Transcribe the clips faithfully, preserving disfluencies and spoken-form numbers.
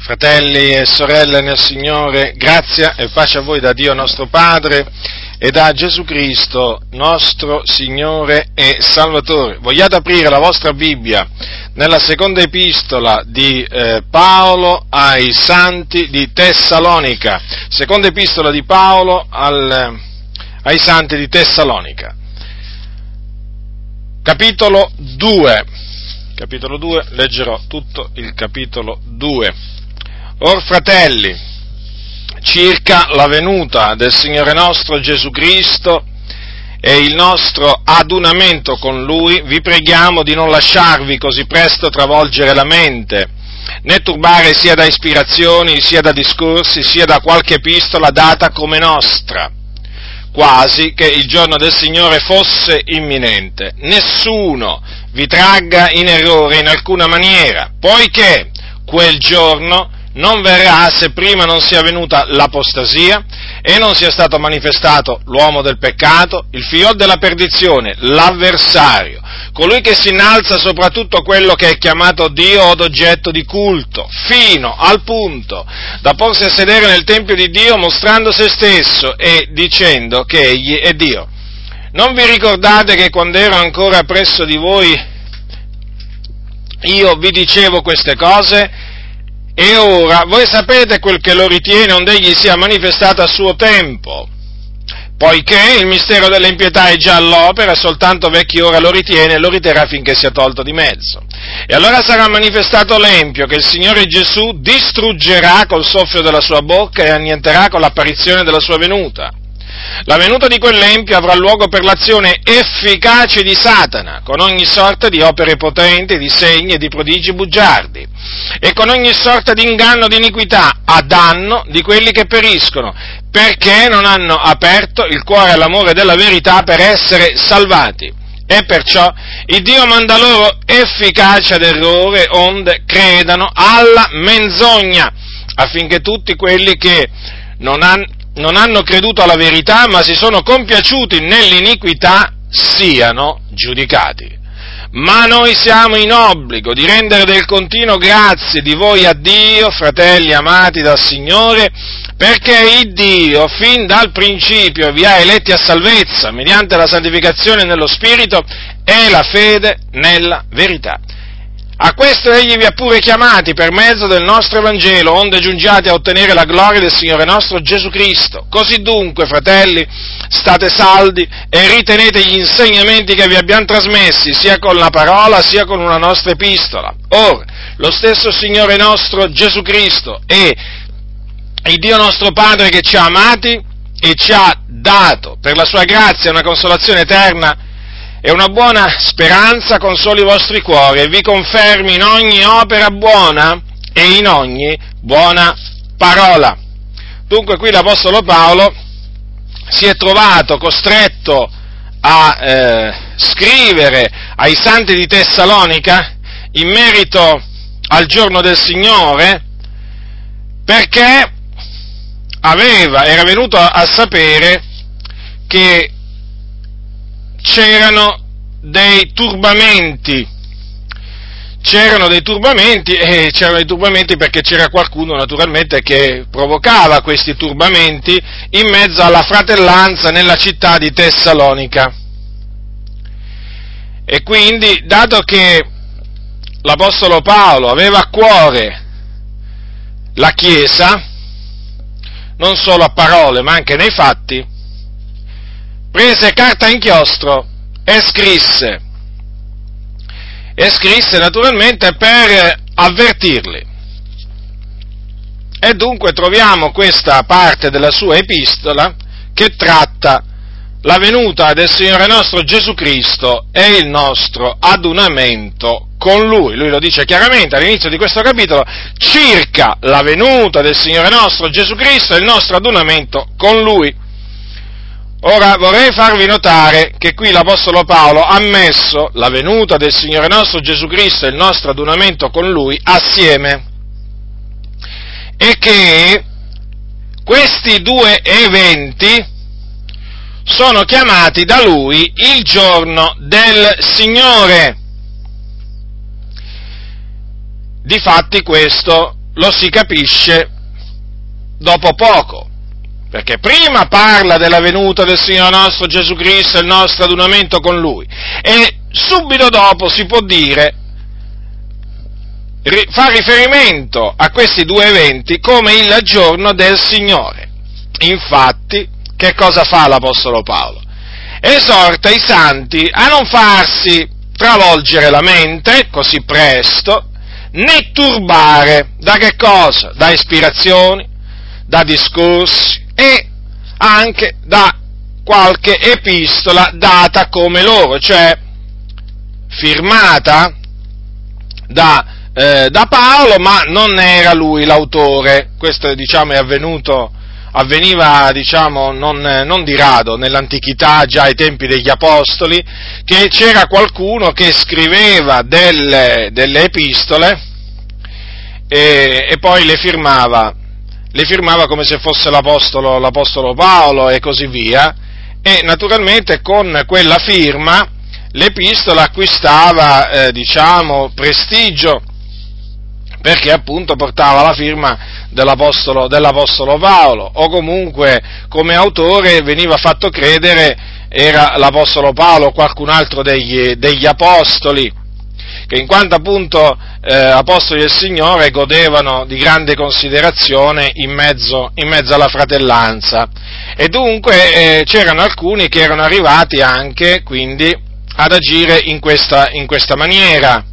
Fratelli e sorelle nel Signore, grazia e pace a voi da Dio nostro Padre e da Gesù Cristo, nostro Signore e Salvatore. Vogliate aprire la vostra Bibbia nella seconda epistola di eh, Paolo ai Santi di Tessalonica, seconda epistola di Paolo al, ai Santi di Tessalonica, capitolo due, capitolo due, leggerò tutto il capitolo due. Or fratelli, circa la venuta del Signore nostro Gesù Cristo e il nostro adunamento con Lui, vi preghiamo di non lasciarvi così presto travolgere la mente, né turbare sia da ispirazioni, sia da discorsi, sia da qualche epistola data come nostra, quasi che il giorno del Signore fosse imminente. Nessuno vi tragga in errore in alcuna maniera, poiché quel giorno non verrà se prima non sia venuta l'apostasia e non sia stato manifestato l'uomo del peccato, il figlio della perdizione, l'avversario, colui che si innalza sopra tutto quello che è chiamato Dio od oggetto di culto, fino al punto da porsi a sedere nel tempio di Dio mostrando se stesso e dicendo che egli è Dio. Non vi ricordate che quando ero ancora presso di voi io vi dicevo queste cose? E ora voi sapete quel che lo ritiene onde egli sia manifestato a suo tempo, poiché il mistero dell'impietà è già all'opera, soltanto vecchi ora lo ritiene e lo riterrà finché sia tolto di mezzo. E allora sarà manifestato l'empio che il Signore Gesù distruggerà col soffio della sua bocca e annienterà con l'apparizione della sua venuta. La venuta di quell'empio avrà luogo per l'azione efficace di Satana, con ogni sorta di opere potenti, di segni e di prodigi bugiardi, e con ogni sorta di inganno di iniquità, a danno di quelli che periscono, perché non hanno aperto il cuore all'amore della verità per essere salvati. E perciò il Dio manda loro efficacia d'errore, onde credano alla menzogna, affinché tutti quelli che non hanno non hanno creduto alla verità, ma si sono compiaciuti nell'iniquità, siano giudicati. Ma noi siamo in obbligo di rendere del continuo grazie di voi a Dio, fratelli amati dal Signore, perché il Dio, fin dal principio, vi ha eletti a salvezza, mediante la santificazione nello Spirito e la fede nella verità. A questo egli vi ha pure chiamati per mezzo del nostro Evangelo, onde giungiate a ottenere la gloria del Signore nostro Gesù Cristo. Così dunque, fratelli, state saldi e ritenete gli insegnamenti che vi abbiamo trasmessi, sia con la parola, sia con una nostra epistola. Ora, lo stesso Signore nostro Gesù Cristo e il Dio nostro Padre che ci ha amati e ci ha dato per la sua grazia una consolazione eterna e una buona speranza, consoli i vostri cuori e vi confermi in ogni opera buona e in ogni buona parola. Dunque qui l'Apostolo Paolo si è trovato costretto a eh, scrivere ai Santi di Tessalonica in merito al giorno del Signore, perché aveva, era venuto a sapere che c'erano dei turbamenti, c'erano dei turbamenti e c'erano dei turbamenti perché c'era qualcuno naturalmente che provocava questi turbamenti in mezzo alla fratellanza nella città di Tessalonica. E quindi, dato che l'Apostolo Paolo aveva a cuore la Chiesa, non solo a parole ma anche nei fatti, prese carta e inchiostro e scrisse, e scrisse naturalmente per avvertirli. E dunque troviamo questa parte della sua epistola che tratta la venuta del Signore nostro Gesù Cristo e il nostro adunamento con Lui. Lui lo dice chiaramente all'inizio di questo capitolo, circa la venuta del Signore nostro Gesù Cristo e il nostro adunamento con Lui. Ora vorrei farvi notare che qui l'Apostolo Paolo ha messo la venuta del Signore nostro Gesù Cristo e il nostro adunamento con Lui assieme, e che questi due eventi sono chiamati da Lui il giorno del Signore. Difatti questo lo si capisce dopo poco, perché prima parla della venuta del Signore nostro Gesù Cristo e il nostro adunamento con Lui, e subito dopo si può dire, fa riferimento a questi due eventi come il giorno del Signore. Infatti, che cosa fa l'Apostolo Paolo? Esorta i santi a non farsi travolgere la mente così presto, né turbare da che cosa? Da ispirazioni, da discorsi e anche da qualche epistola data come loro, cioè firmata da, eh, da Paolo, ma non era lui l'autore. Questo, diciamo, è avvenuto, avveniva, diciamo, non, non di rado nell'antichità, già ai tempi degli Apostoli, che c'era qualcuno che scriveva delle, delle epistole e, e poi le firmava, le firmava come se fosse l'apostolo, l'apostolo Paolo e così via, e naturalmente con quella firma l'epistola acquistava, eh, diciamo, prestigio, perché appunto portava la firma dell'apostolo, dell'apostolo Paolo, o comunque come autore veniva fatto credere era l'apostolo Paolo o qualcun altro degli, degli apostoli, che in quanto appunto eh, apostoli del Signore godevano di grande considerazione in mezzo, in mezzo alla fratellanza, e dunque eh, c'erano alcuni che erano arrivati anche quindi ad agire in questa, in questa maniera.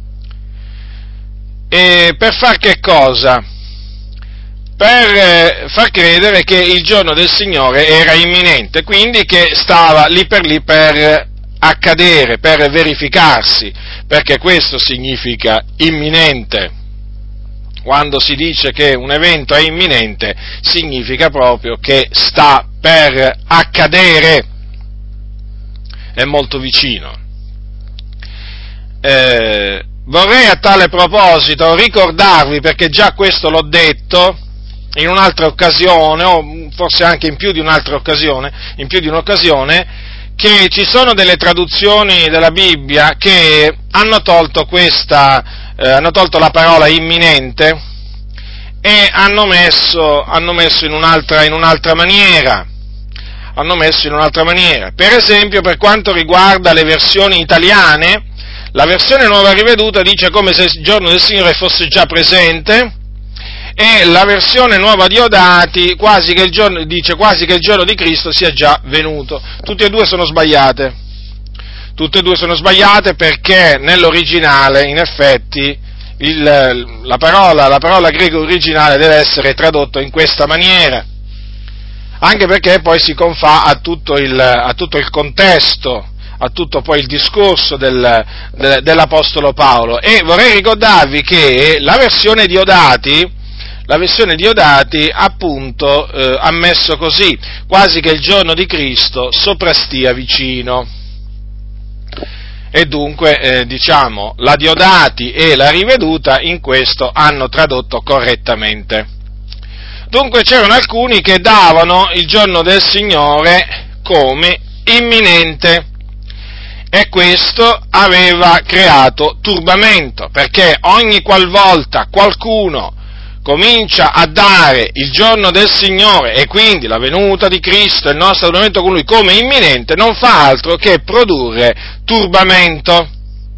E per far che cosa? Per eh, far credere che il giorno del Signore era imminente, quindi che stava lì per lì per accadere, per verificarsi, perché questo significa imminente. Quando si dice che un evento è imminente, significa proprio che sta per accadere, è molto vicino. Eh, vorrei a tale proposito ricordarvi, perché già questo l'ho detto in un'altra occasione, o forse anche in più di un'altra occasione, in più di un'occasione, che ci sono delle traduzioni della Bibbia che hanno tolto questa, eh, hanno tolto la parola imminente e hanno messo, hanno messo in un'altra, in un'altra maniera, hanno messo in un'altra maniera. Per esempio, per quanto riguarda le versioni italiane, la versione Nuova Riveduta dice come se il giorno del Signore fosse già presente, e la versione Nuova Diodati quasi che il giorno, dice quasi che il giorno di Cristo sia già venuto. Tutte e due sono sbagliate, tutte e due sono sbagliate perché nell'originale, in effetti, il, la parola, la parola greca originale deve essere tradotta in questa maniera, anche perché poi si confà a tutto il, a tutto il contesto, a tutto poi il discorso del, de, dell'Apostolo Paolo. E vorrei ricordarvi che la versione Diodati, la versione Diodati appunto eh, ha messo così, quasi che il giorno di Cristo soprastia vicino. E dunque, eh, diciamo, la Diodati e la Riveduta in questo hanno tradotto correttamente. Dunque c'erano alcuni che davano il giorno del Signore come imminente, e questo aveva creato turbamento, perché ogni qualvolta qualcuno comincia a dare il giorno del Signore, e quindi la venuta di Cristo e il nostro adunamento con Lui, come imminente, non fa altro che produrre turbamento.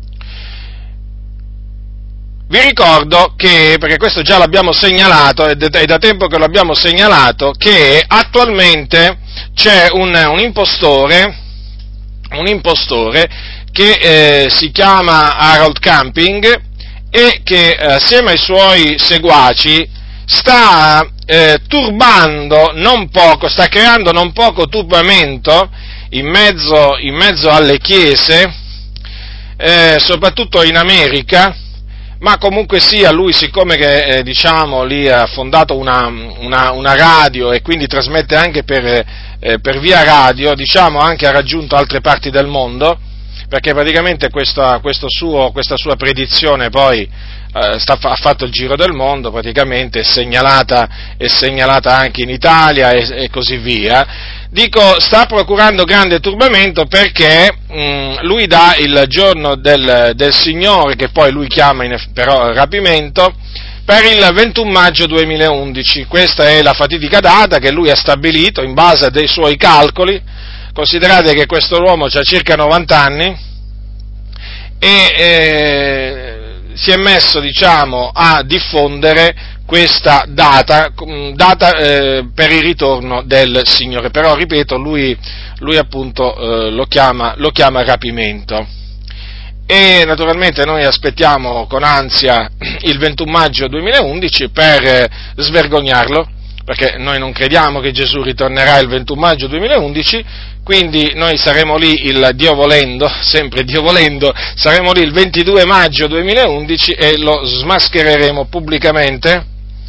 Vi ricordo che, perché questo già l'abbiamo segnalato, è da tempo che l'abbiamo segnalato, che attualmente c'è un, un impostore, un impostore che eh, si chiama Harold Camping, e che assieme ai suoi seguaci sta eh, turbando non poco, sta creando non poco turbamento in mezzo, in mezzo alle chiese, eh, soprattutto in America, ma comunque sia lui, siccome che eh, diciamo lì ha fondato una, una, una radio e quindi trasmette anche per, eh, per via radio, diciamo anche ha raggiunto altre parti del mondo, perché praticamente questa, questo suo, questa sua predizione poi eh, sta, ha fatto il giro del mondo, praticamente è segnalata, è segnalata anche in Italia e, e così via. Dico, sta procurando grande turbamento perché mh, lui dà il giorno del, del Signore, che poi lui chiama in, però rapimento, per il ventuno maggio duemilaundici. Questa è la fatidica data che lui ha stabilito in base a dei suoi calcoli. Considerate che questo uomo ha circa novanta anni e eh, si è messo, diciamo, a diffondere questa data, data eh, per il ritorno del Signore. Però, ripeto, lui, lui appunto eh, lo chiama, lo chiama rapimento. E naturalmente noi aspettiamo con ansia il ventuno maggio duemilaundici per eh, svergognarlo, perché noi non crediamo che Gesù ritornerà il ventuno maggio duemilaundici, quindi noi saremo lì, il Dio volendo, sempre Dio volendo, saremo lì il ventidue maggio duemilaundici e lo smaschereremo pubblicamente,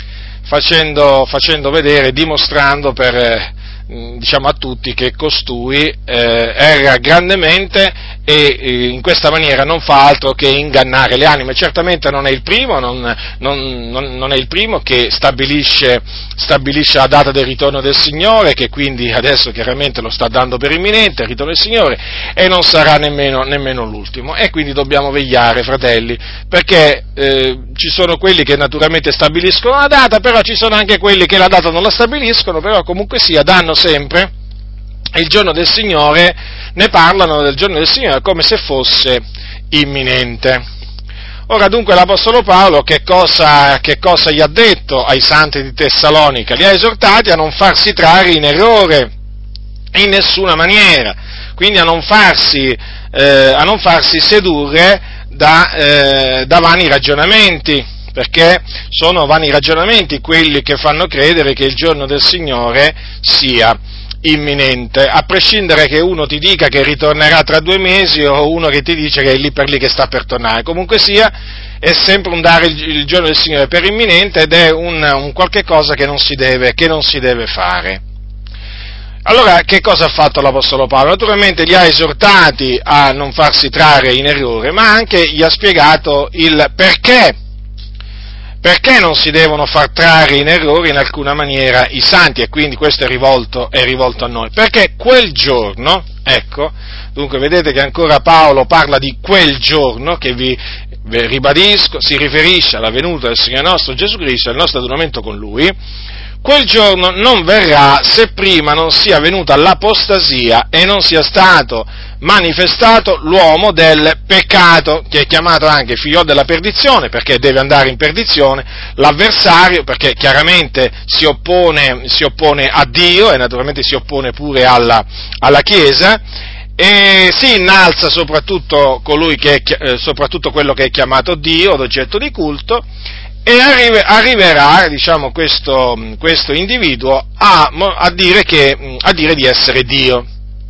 facendo, facendo vedere, dimostrando per, eh, diciamo a tutti che costui eh, erra grandemente e eh, in questa maniera non fa altro che ingannare le anime. Certamente non è il primo, non, non, non, non è il primo che stabilisce, stabilisce la data del ritorno del Signore, che quindi adesso chiaramente lo sta dando per imminente il ritorno del Signore, e non sarà nemmeno, nemmeno l'ultimo. E quindi dobbiamo vegliare, fratelli, perché eh, ci sono quelli che naturalmente stabiliscono la data, però ci sono anche quelli che la data non la stabiliscono, però comunque sia danno sempre il giorno del Signore, ne parlano del giorno del Signore come se fosse imminente. Ora dunque l'Apostolo Paolo che cosa, che cosa gli ha detto ai santi di Tessalonica? Li ha esortati a non farsi trarre in errore in nessuna maniera, quindi a non farsi, eh, a non farsi sedurre da, eh, da vani ragionamenti, perché sono vani ragionamenti quelli che fanno credere che il giorno del Signore sia imminente, a prescindere che uno ti dica che ritornerà tra due mesi o uno che ti dice che è lì per lì che sta per tornare. Comunque sia, è sempre un dare il, il giorno del Signore per imminente ed è un, un qualche cosa che non si deve, che non si deve fare. Allora, che cosa ha fatto l'Apostolo Paolo? Naturalmente li ha esortati a non farsi trarre in errore, ma anche gli ha spiegato il perché. Perché non si devono far trarre in errore in alcuna maniera i santi, e quindi questo è rivolto, è rivolto a noi? Perché quel giorno, ecco, dunque vedete che ancora Paolo parla di quel giorno, che vi, vi ribadisco, si riferisce alla venuta del Signore nostro Gesù Cristo e al nostro adunamento con Lui. Quel giorno non verrà se prima non sia venuta l'apostasia e non sia stato manifestato l'uomo del peccato, che è chiamato anche figlio della perdizione, perché deve andare in perdizione, l'avversario, perché chiaramente si oppone, si oppone a Dio e naturalmente si oppone pure alla, alla Chiesa, e si innalza soprattutto colui che è, soprattutto quello che è chiamato Dio, d'oggetto di culto, e arriverà, diciamo, questo, questo individuo a, a, dire che, a dire di essere Dio.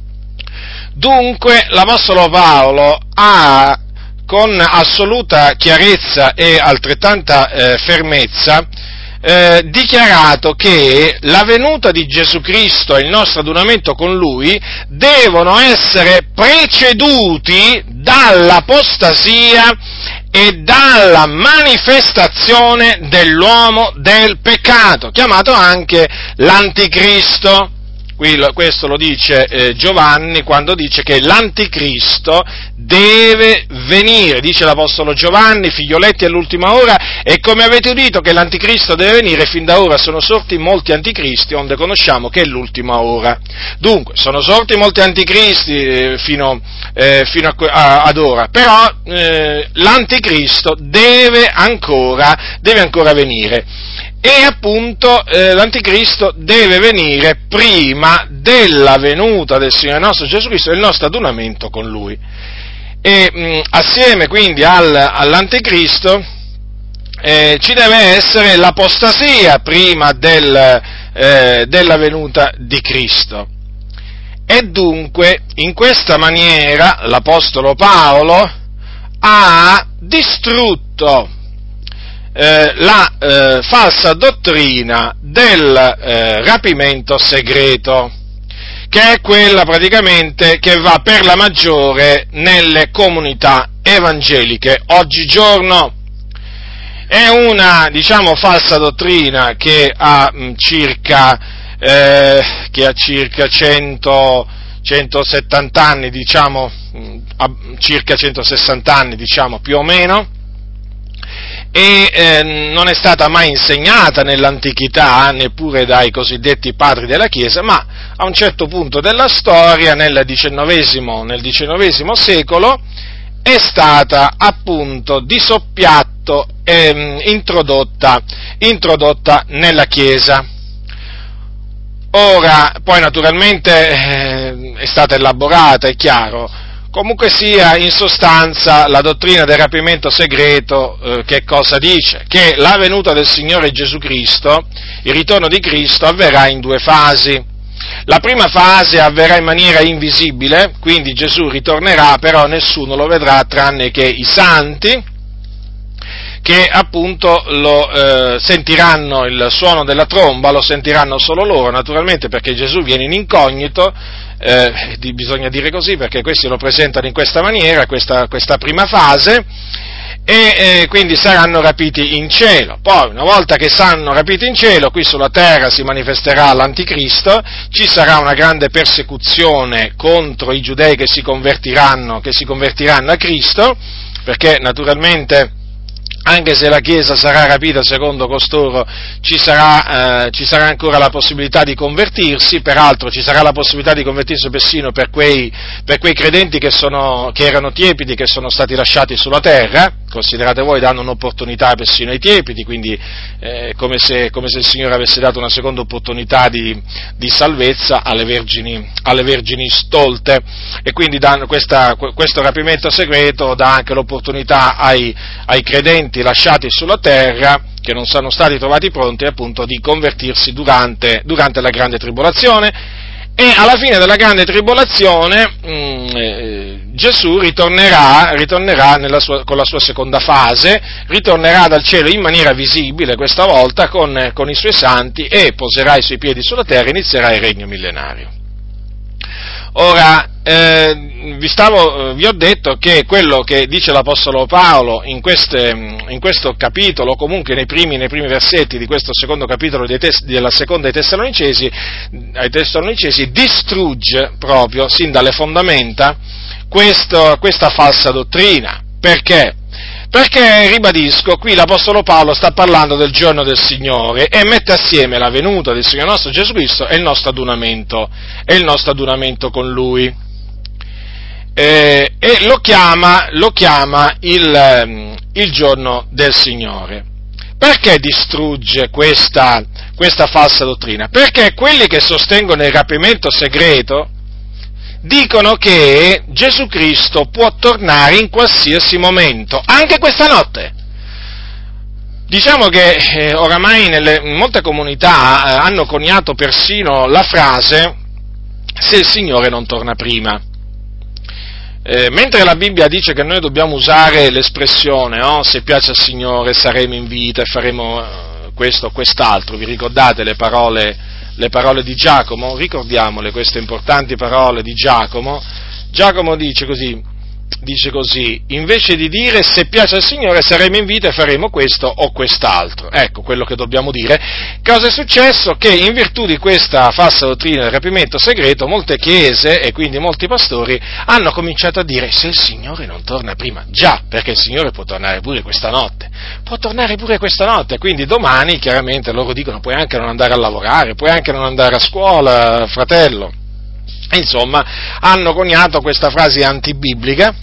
Dunque l'Apostolo Paolo ha, con assoluta chiarezza e altrettanta eh, fermezza, eh, dichiarato che la venuta di Gesù Cristo e il nostro adunamento con Lui devono essere preceduti dall'apostasia e dalla manifestazione dell'uomo del peccato, chiamato anche l'Anticristo. Qui lo, questo lo dice eh, Giovanni quando dice che l'Anticristo deve venire, dice l'Apostolo Giovanni, figlioletti all'ultima ora, e come avete udito che l'Anticristo deve venire, fin da ora sono sorti molti Anticristi, onde conosciamo che è l'ultima ora. Dunque, sono sorti molti Anticristi eh, fino, eh, fino a, a, ad ora, però eh, l'Anticristo deve ancora, deve ancora venire. E appunto eh, l'Anticristo deve venire prima della venuta del Signore nostro Gesù Cristo e il nostro adunamento con Lui. E mh, assieme quindi al, all'Anticristo eh, ci deve essere l'apostasia prima del, eh, della venuta di Cristo. E dunque in questa maniera l'Apostolo Paolo ha distrutto Eh, la eh, falsa dottrina del eh, rapimento segreto, che è quella praticamente che va per la maggiore nelle comunità evangeliche oggigiorno. È una, diciamo, falsa dottrina che ha mh, circa eh, che ha circa cento, centosettanta anni, diciamo, mh, circa centosessanta anni, diciamo, più o meno. e eh, non è stata mai insegnata nell'antichità, neppure dai cosiddetti padri della Chiesa, ma a un certo punto della storia, nel diciannovesimo, nel diciannovesimo secolo, è stata appunto di soppiatto ehm, introdotta, introdotta nella Chiesa. Ora, poi naturalmente eh, è stata elaborata, è chiaro. Comunque sia, in sostanza, la dottrina del rapimento segreto eh, che cosa dice? Che la venuta del Signore Gesù Cristo, il ritorno di Cristo, avverrà in due fasi. La prima fase avverrà in maniera invisibile, quindi Gesù ritornerà, però nessuno lo vedrà tranne che i santi, che appunto lo eh, sentiranno il suono della tromba, lo sentiranno solo loro, naturalmente, perché Gesù viene in incognito, eh, di, bisogna dire così, perché questi lo presentano in questa maniera, questa, questa prima fase, e eh, quindi saranno rapiti in cielo. Poi, una volta che saranno rapiti in cielo, qui sulla terra si manifesterà l'anticristo, ci sarà una grande persecuzione contro i giudei che si convertiranno, che si convertiranno a Cristo, perché naturalmente, anche se la Chiesa sarà rapita secondo costoro, ci sarà, eh, ci sarà ancora la possibilità di convertirsi, peraltro ci sarà la possibilità di convertirsi persino per quei, per quei credenti che, sono, che erano tiepidi, che sono stati lasciati sulla terra. Considerate voi, danno un'opportunità persino ai tiepidi, quindi eh, come, se, come se il Signore avesse dato una seconda opportunità di, di salvezza alle vergini, alle vergini stolte, e quindi danno questa, questo rapimento segreto dà anche l'opportunità ai, ai credenti lasciati sulla terra, che non sono stati trovati pronti, appunto, di convertirsi durante, durante la grande tribolazione. E alla fine della grande tribolazione mh, eh, Gesù ritornerà, ritornerà nella sua, con la sua seconda fase, ritornerà dal cielo in maniera visibile questa volta con, con i suoi santi, e poserà i suoi piedi sulla terra e inizierà il regno millenario. Ora, eh, vi, stavo, vi ho detto che quello che dice l'Apostolo Paolo in, queste, in questo capitolo, comunque nei primi, nei primi versetti di questo secondo capitolo dei tes, della seconda ai Tessalonicesi, ai Tessalonicesi, distrugge proprio, sin dalle fondamenta, questo, questa falsa dottrina. Perché? Perché, ribadisco, qui l'Apostolo Paolo sta parlando del giorno del Signore e mette assieme la venuta del Signore nostro Gesù Cristo e il nostro adunamento, e il nostro adunamento con Lui. Eh, e lo chiama, lo chiama il, il giorno del Signore. Perché distrugge questa, questa falsa dottrina? Perché quelli che sostengono il rapimento segreto dicono che Gesù Cristo può tornare in qualsiasi momento, anche questa notte. Diciamo che eh, oramai nelle, in molte comunità eh, hanno coniato persino la frase «se il Signore non torna prima». Eh, mentre la Bibbia dice che noi dobbiamo usare l'espressione «oh, se piace al Signore saremo in vita e faremo eh, questo o quest'altro», vi ricordate le parole Le parole di Giacomo? Ricordiamole queste importanti parole di Giacomo. Giacomo dice così, dice così, invece di dire se piace al Signore saremo in vita e faremo questo o quest'altro. Ecco quello che dobbiamo dire. Cosa è successo? Che in virtù di questa falsa dottrina del rapimento segreto, molte chiese e quindi molti pastori hanno cominciato a dire se il Signore non torna prima. Già, perché il Signore può tornare pure questa notte. Può tornare pure questa notte, quindi domani chiaramente loro dicono puoi anche non andare a lavorare, puoi anche non andare a scuola, fratello. Insomma, hanno coniato questa frase antibiblica,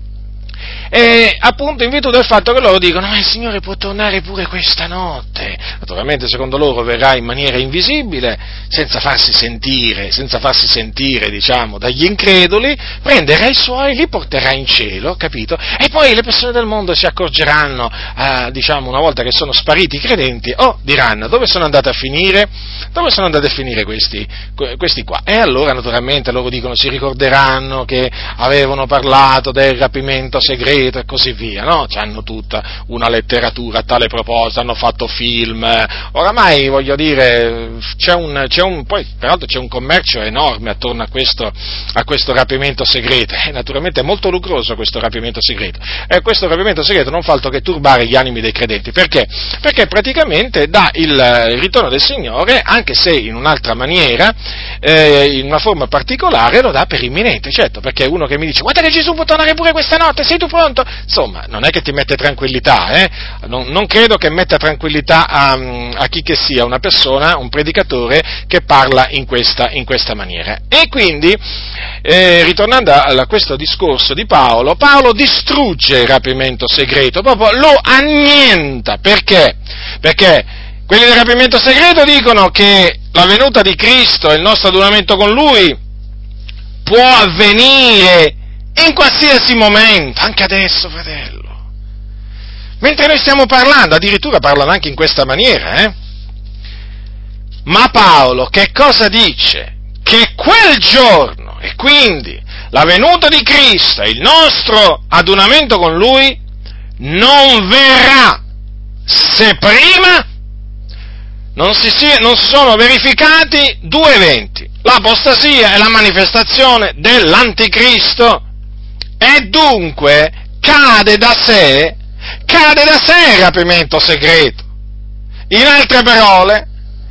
e appunto in virtù del fatto che loro dicono ma il Signore può tornare pure questa notte. Naturalmente secondo loro verrà in maniera invisibile, senza farsi sentire, senza farsi sentire diciamo dagli increduli, prenderà i suoi, li porterà in cielo, capito? E poi le persone del mondo si accorgeranno, eh, diciamo una volta che sono spariti i credenti, o oh, diranno dove sono andati a finire? Dove sono andati a finire questi, questi qua? E allora naturalmente loro dicono si ricorderanno che avevano parlato del rapimento segreto e così via, no? C'hanno tutta una letteratura a tale proposito, hanno fatto film, oramai voglio dire, c'è un, c'è un, poi peraltro c'è un commercio enorme attorno a questo, a questo rapimento segreto, e naturalmente è molto lucroso questo rapimento segreto, e questo rapimento segreto non fa altro che turbare gli animi dei credenti, perché? Perché praticamente dà il, il ritorno del Signore, anche se in un'altra maniera, eh, in una forma particolare, lo dà per imminente, certo, perché uno che mi dice, guarda che Gesù può tornare pure questa notte, sei tu pronto? conto? Insomma, non è che ti mette tranquillità, eh? non, non credo che metta tranquillità a, a chi che sia una persona, un predicatore che parla in questa, in questa maniera. E quindi, eh, ritornando a, a questo discorso di Paolo, Paolo distrugge il rapimento segreto, proprio lo annienta. Perché? Perché quelli del rapimento segreto dicono che la venuta di Cristo e il nostro adunamento con Lui può avvenire in qualsiasi momento, anche adesso, fratello. Mentre noi stiamo parlando, addirittura parlano anche in questa maniera, eh? Ma Paolo che cosa dice? Che quel giorno, e quindi la venuta di Cristo e il nostro adunamento con Lui, non verrà se prima non si, non si sono verificati due eventi: l'apostasia e la manifestazione dell'anticristo. E dunque cade da sé, cade da sé il rapimento segreto. In altre parole,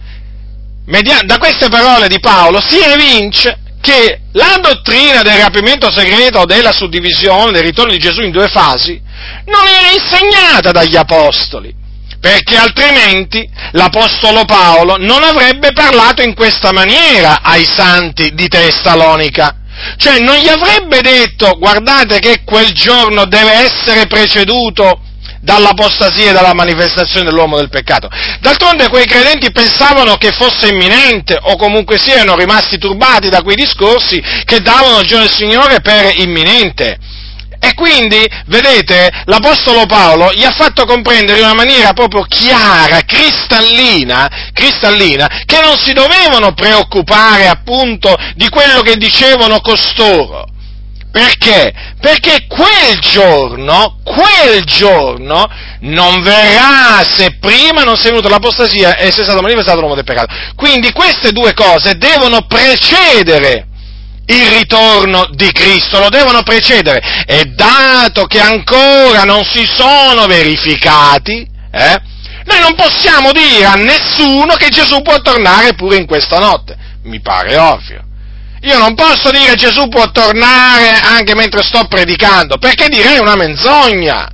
da queste parole di Paolo si evince che la dottrina del rapimento segreto, della suddivisione, del ritorno di Gesù in due fasi, non era insegnata dagli apostoli, perché altrimenti l'apostolo Paolo non avrebbe parlato in questa maniera ai santi di Tessalonica. Cioè non gli avrebbe detto: guardate che quel giorno deve essere preceduto dall'apostasia e dalla manifestazione dell'uomo del peccato. D'altronde quei credenti pensavano che fosse imminente, o comunque sì, erano rimasti turbati da quei discorsi che davano il giorno del Signore per imminente. E quindi, vedete, l'Apostolo Paolo gli ha fatto comprendere in una maniera proprio chiara, cristallina, cristallina, che non si dovevano preoccupare appunto di quello che dicevano costoro. Perché? Perché quel giorno, quel giorno, non verrà se prima non sia venuta l'apostasia e sia stato manifestato l'uomo del peccato. Quindi queste due cose devono precedere il ritorno di Cristo, lo devono precedere, e dato che ancora non si sono verificati, eh, noi non possiamo dire a nessuno che Gesù può tornare pure in questa notte. Mi pare ovvio. Io non posso dire Gesù può tornare anche mentre sto predicando, perché direi una menzogna.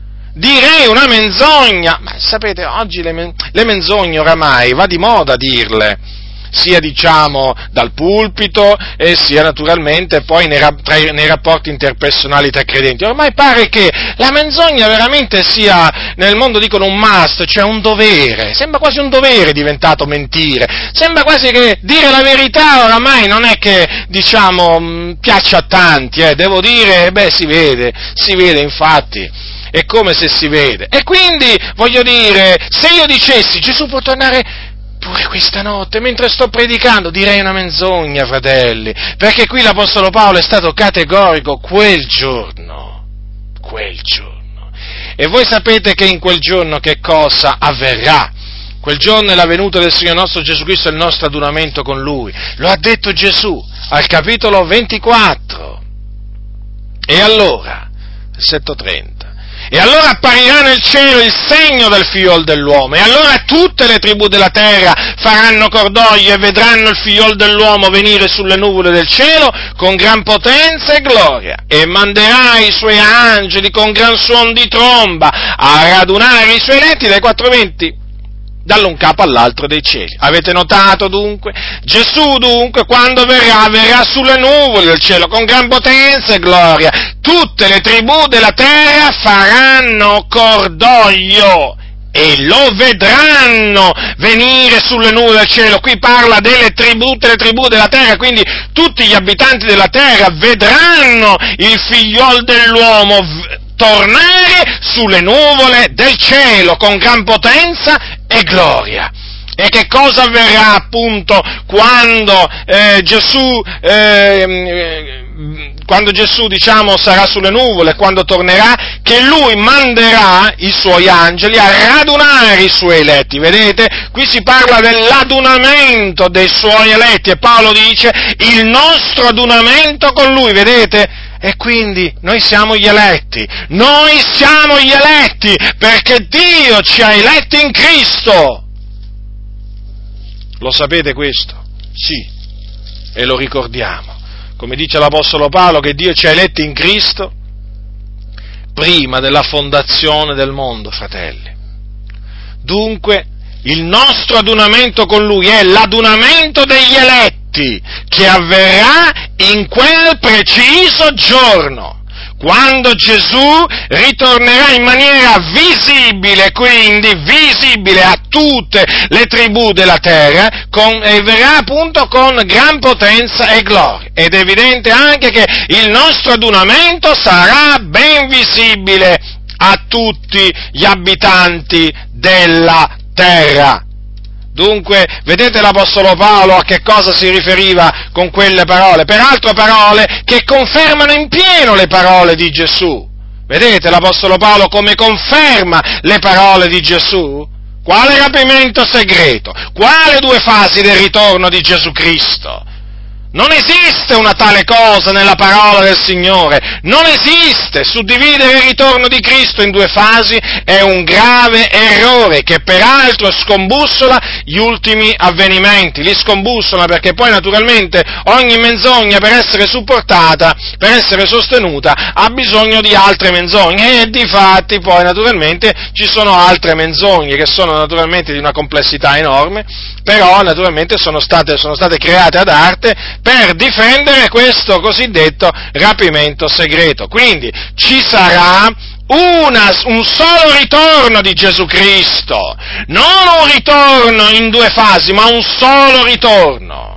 Direi una menzogna. Ma sapete, oggi le, men- le menzogne oramai va di moda dirle, sia diciamo dal pulpito e sia naturalmente poi nei, ra- tra i- nei rapporti interpersonali tra credenti. Ormai pare che la menzogna veramente sia, nel mondo dicono un must, cioè un dovere, sembra quasi un dovere diventato mentire, sembra quasi che dire la verità oramai non è che diciamo mh, piaccia a tanti, eh. Devo dire, beh si vede, si vede infatti. È come se si vede. E quindi, voglio dire, se io dicessi Gesù può tornare pure questa notte, mentre sto predicando, direi una menzogna, fratelli, perché qui l'Apostolo Paolo è stato categorico: quel giorno, quel giorno. E voi sapete che in quel giorno che cosa avverrà? Quel giorno è la venuta del Signore nostro Gesù Cristo e il nostro adunamento con Lui. Lo ha detto Gesù al capitolo ventiquattro. E allora, versetto trenta. E allora apparirà nel cielo il segno del figliol dell'uomo, e allora tutte le tribù della terra faranno cordoglio e vedranno il figliol dell'uomo venire sulle nuvole del cielo con gran potenza e gloria, e manderà i suoi angeli con gran suon di tromba a radunare i suoi eletti dai quattro venti, dall'un capo all'altro dei cieli. Avete notato dunque? Gesù dunque, quando verrà, verrà sulle nuvole del cielo con gran potenza e gloria. Tutte le tribù della terra faranno cordoglio e lo vedranno venire sulle nuvole del cielo. Qui parla delle tribù, tutte le tribù della terra, quindi tutti gli abitanti della terra vedranno il figliol dell'uomo tornare sulle nuvole del cielo con gran potenza e gloria. E che cosa avverrà appunto quando eh, Gesù eh, quando Gesù diciamo sarà sulle nuvole, quando tornerà? Che Lui manderà i Suoi angeli a radunare i Suoi eletti. Vedete? Qui si parla dell'adunamento dei Suoi eletti, e Paolo dice il nostro adunamento con Lui, vedete? E quindi noi siamo gli eletti, noi siamo gli eletti, perché Dio ci ha eletti in Cristo. Lo sapete questo? Sì, e lo ricordiamo. Come dice l'Apostolo Paolo, che Dio ci ha eletti in Cristo prima della fondazione del mondo, fratelli. Dunque, il nostro adunamento con Lui è l'adunamento degli eletti, che avverrà in quel preciso giorno, quando Gesù ritornerà in maniera visibile, quindi visibile a tutte le tribù della terra, con, e verrà appunto con gran potenza e gloria. Ed è evidente anche che il nostro adunamento sarà ben visibile a tutti gli abitanti della terra. Dunque, vedete l'Apostolo Paolo a che cosa si riferiva con quelle parole? Peraltro parole che confermano in pieno le parole di Gesù. Vedete l'Apostolo Paolo come conferma le parole di Gesù? Quale rapimento segreto? Quale due fasi del ritorno di Gesù Cristo? Non esiste una tale cosa nella parola del Signore, non esiste. Suddividere il ritorno di Cristo in due fasi è un grave errore che peraltro scombussola gli ultimi avvenimenti, li scombussola perché poi naturalmente ogni menzogna per essere supportata, per essere sostenuta, ha bisogno di altre menzogne e difatti poi naturalmente ci sono altre menzogne che sono naturalmente di una complessità enorme, però naturalmente sono state, sono state create ad arte per difendere questo cosiddetto rapimento segreto. Quindi ci sarà una, un solo ritorno di Gesù Cristo, non un ritorno in due fasi, ma un solo ritorno.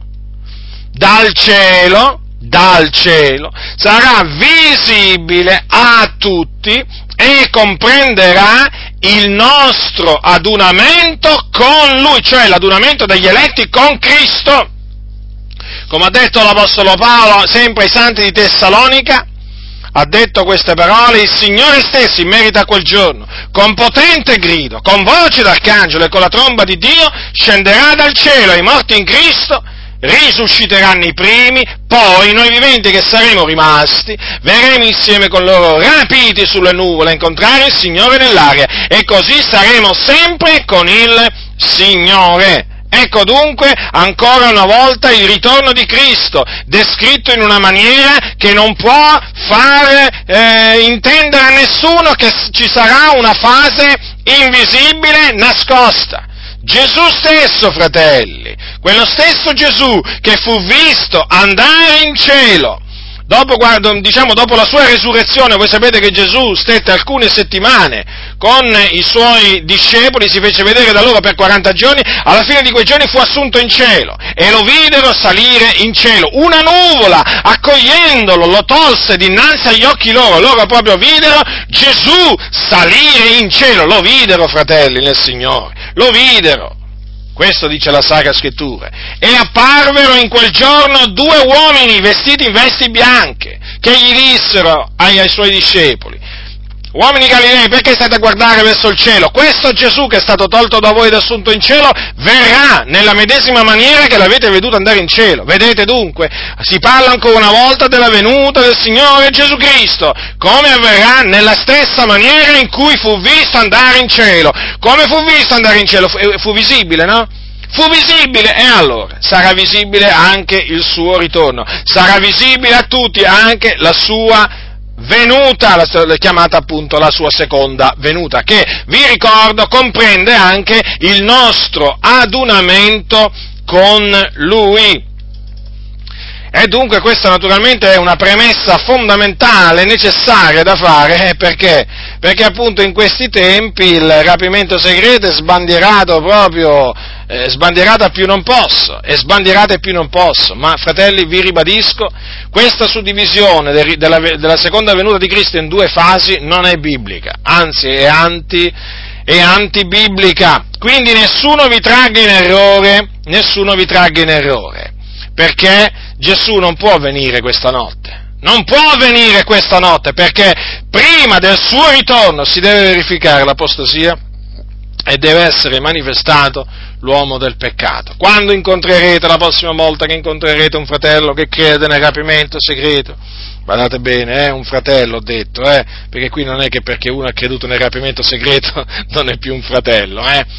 Dal cielo, dal cielo, sarà visibile a tutti e comprenderà il nostro adunamento con Lui, cioè l'adunamento degli eletti con Cristo. Come ha detto l'Apostolo Paolo, sempre ai santi di Tessalonica, ha detto queste parole: il Signore stesso in merito a quel giorno, con potente grido, con voce d'arcangelo e con la tromba di Dio, scenderà dal cielo e i morti in Cristo risusciteranno i primi, poi noi viventi che saremo rimasti, verremo insieme con loro rapiti sulle nuvole a incontrare il Signore nell'aria, e così saremo sempre con il Signore. Ecco dunque, ancora una volta, il ritorno di Cristo, descritto in una maniera che non può fare eh, intendere a nessuno che ci sarà una fase invisibile, nascosta. Gesù stesso, fratelli, quello stesso Gesù che fu visto andare in cielo, dopo, guarda, diciamo, dopo la sua resurrezione, voi sapete che Gesù stette alcune settimane con i suoi discepoli, si fece vedere da loro per quaranta giorni, alla fine di quei giorni fu assunto in cielo, e lo videro salire in cielo, una nuvola, accogliendolo, lo tolse dinanzi agli occhi loro, loro proprio videro Gesù salire in cielo, lo videro, fratelli nel Signore, lo videro. Questo dice la Sacra Scrittura. E apparvero in quel giorno due uomini vestiti in vesti bianche, che gli dissero ai, ai suoi discepoli: uomini Galilei, perché state a guardare verso il cielo? Questo Gesù che è stato tolto da voi ed assunto in cielo verrà nella medesima maniera che l'avete veduto andare in cielo. Vedete dunque, si parla ancora una volta della venuta del Signore Gesù Cristo, come avverrà nella stessa maniera in cui fu visto andare in cielo. Come fu visto andare in cielo? Fu, fu visibile, no? Fu visibile, e allora sarà visibile anche il suo ritorno, sarà visibile a tutti anche la sua venuta, la chiamata appunto la sua seconda venuta, che, vi ricordo, comprende anche il nostro adunamento con Lui. E dunque questa naturalmente è una premessa fondamentale, necessaria da fare, eh, perché? Perché appunto in questi tempi il rapimento segreto è sbandierato proprio, eh, sbandierato a più non posso, è sbandierato a più non posso, ma fratelli vi ribadisco, questa suddivisione de, della, della seconda venuta di Cristo in due fasi non è biblica, anzi è anti, è antibiblica, quindi nessuno vi tragga in errore, nessuno vi tragga in errore, perché Gesù non può venire questa notte, non può venire questa notte, perché prima del suo ritorno si deve verificare l'apostasia e deve essere manifestato l'uomo del peccato. Quando incontrerete, la prossima volta che incontrerete un fratello che crede nel rapimento segreto, guardate bene, eh, un fratello ho detto, eh, perché qui non è che perché uno ha creduto nel rapimento segreto non è più un fratello, eh.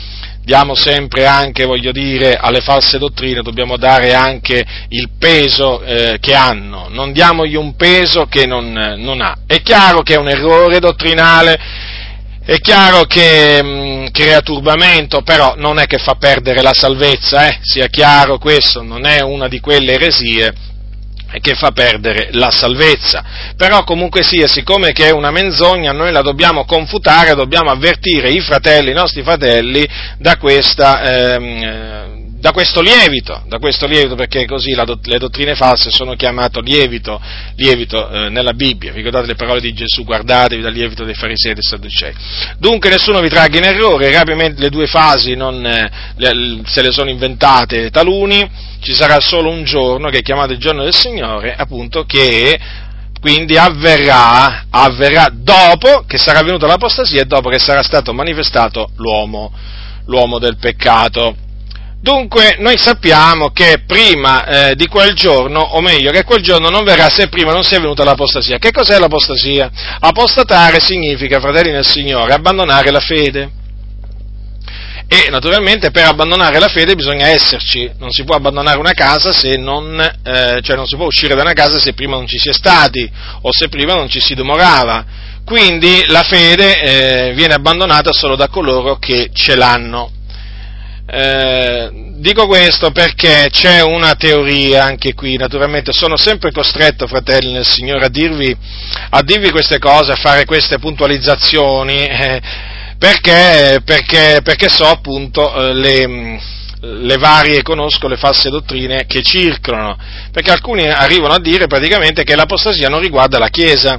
diamo sempre anche, voglio dire, alle false dottrine, dobbiamo dare anche il peso eh, che hanno, non diamogli un peso che non, non ha. È chiaro che è un errore dottrinale, è chiaro che mh, crea turbamento, però non è che fa perdere la salvezza, eh? Sia chiaro questo, non è una di quelle eresie che fa perdere la salvezza, però comunque sia, siccome che è una menzogna, noi la dobbiamo confutare, dobbiamo avvertire i fratelli, i nostri fratelli, da questa, ehm, da questo lievito, da questo lievito, perché così la, le dottrine false sono chiamate lievito, lievito eh, nella Bibbia. Ricordate le parole di Gesù: guardatevi dal lievito dei farisei e dei sadducei. Dunque nessuno vi tragga in errore, rapidamente le due fasi non, eh, le, se le sono inventate taluni. Ci sarà solo un giorno, che è chiamato il giorno del Signore, appunto, che quindi avverrà, avverrà dopo che sarà venuta l'apostasia e dopo che sarà stato manifestato l'uomo, l'uomo del peccato. Dunque noi sappiamo che prima eh, di quel giorno, o meglio, che quel giorno non verrà se prima non sia venuta l'apostasia. Che cos'è l'apostasia? Apostatare significa, fratelli nel Signore, abbandonare la fede. E naturalmente per abbandonare la fede bisogna esserci, non si può abbandonare una casa se non, eh, cioè non si può uscire da una casa se prima non ci si è stati o se prima non ci si dimorava. Quindi la fede eh, viene abbandonata solo da coloro che ce l'hanno. Eh, dico questo perché c'è una teoria anche qui, naturalmente sono sempre costretto, fratelli nel Signore, a dirvi, a dirvi queste cose, a fare queste puntualizzazioni, eh, perché, perché, perché so appunto eh, le, le varie, conosco le false dottrine che circolano, perché alcuni arrivano a dire praticamente che l'apostasia non riguarda la Chiesa.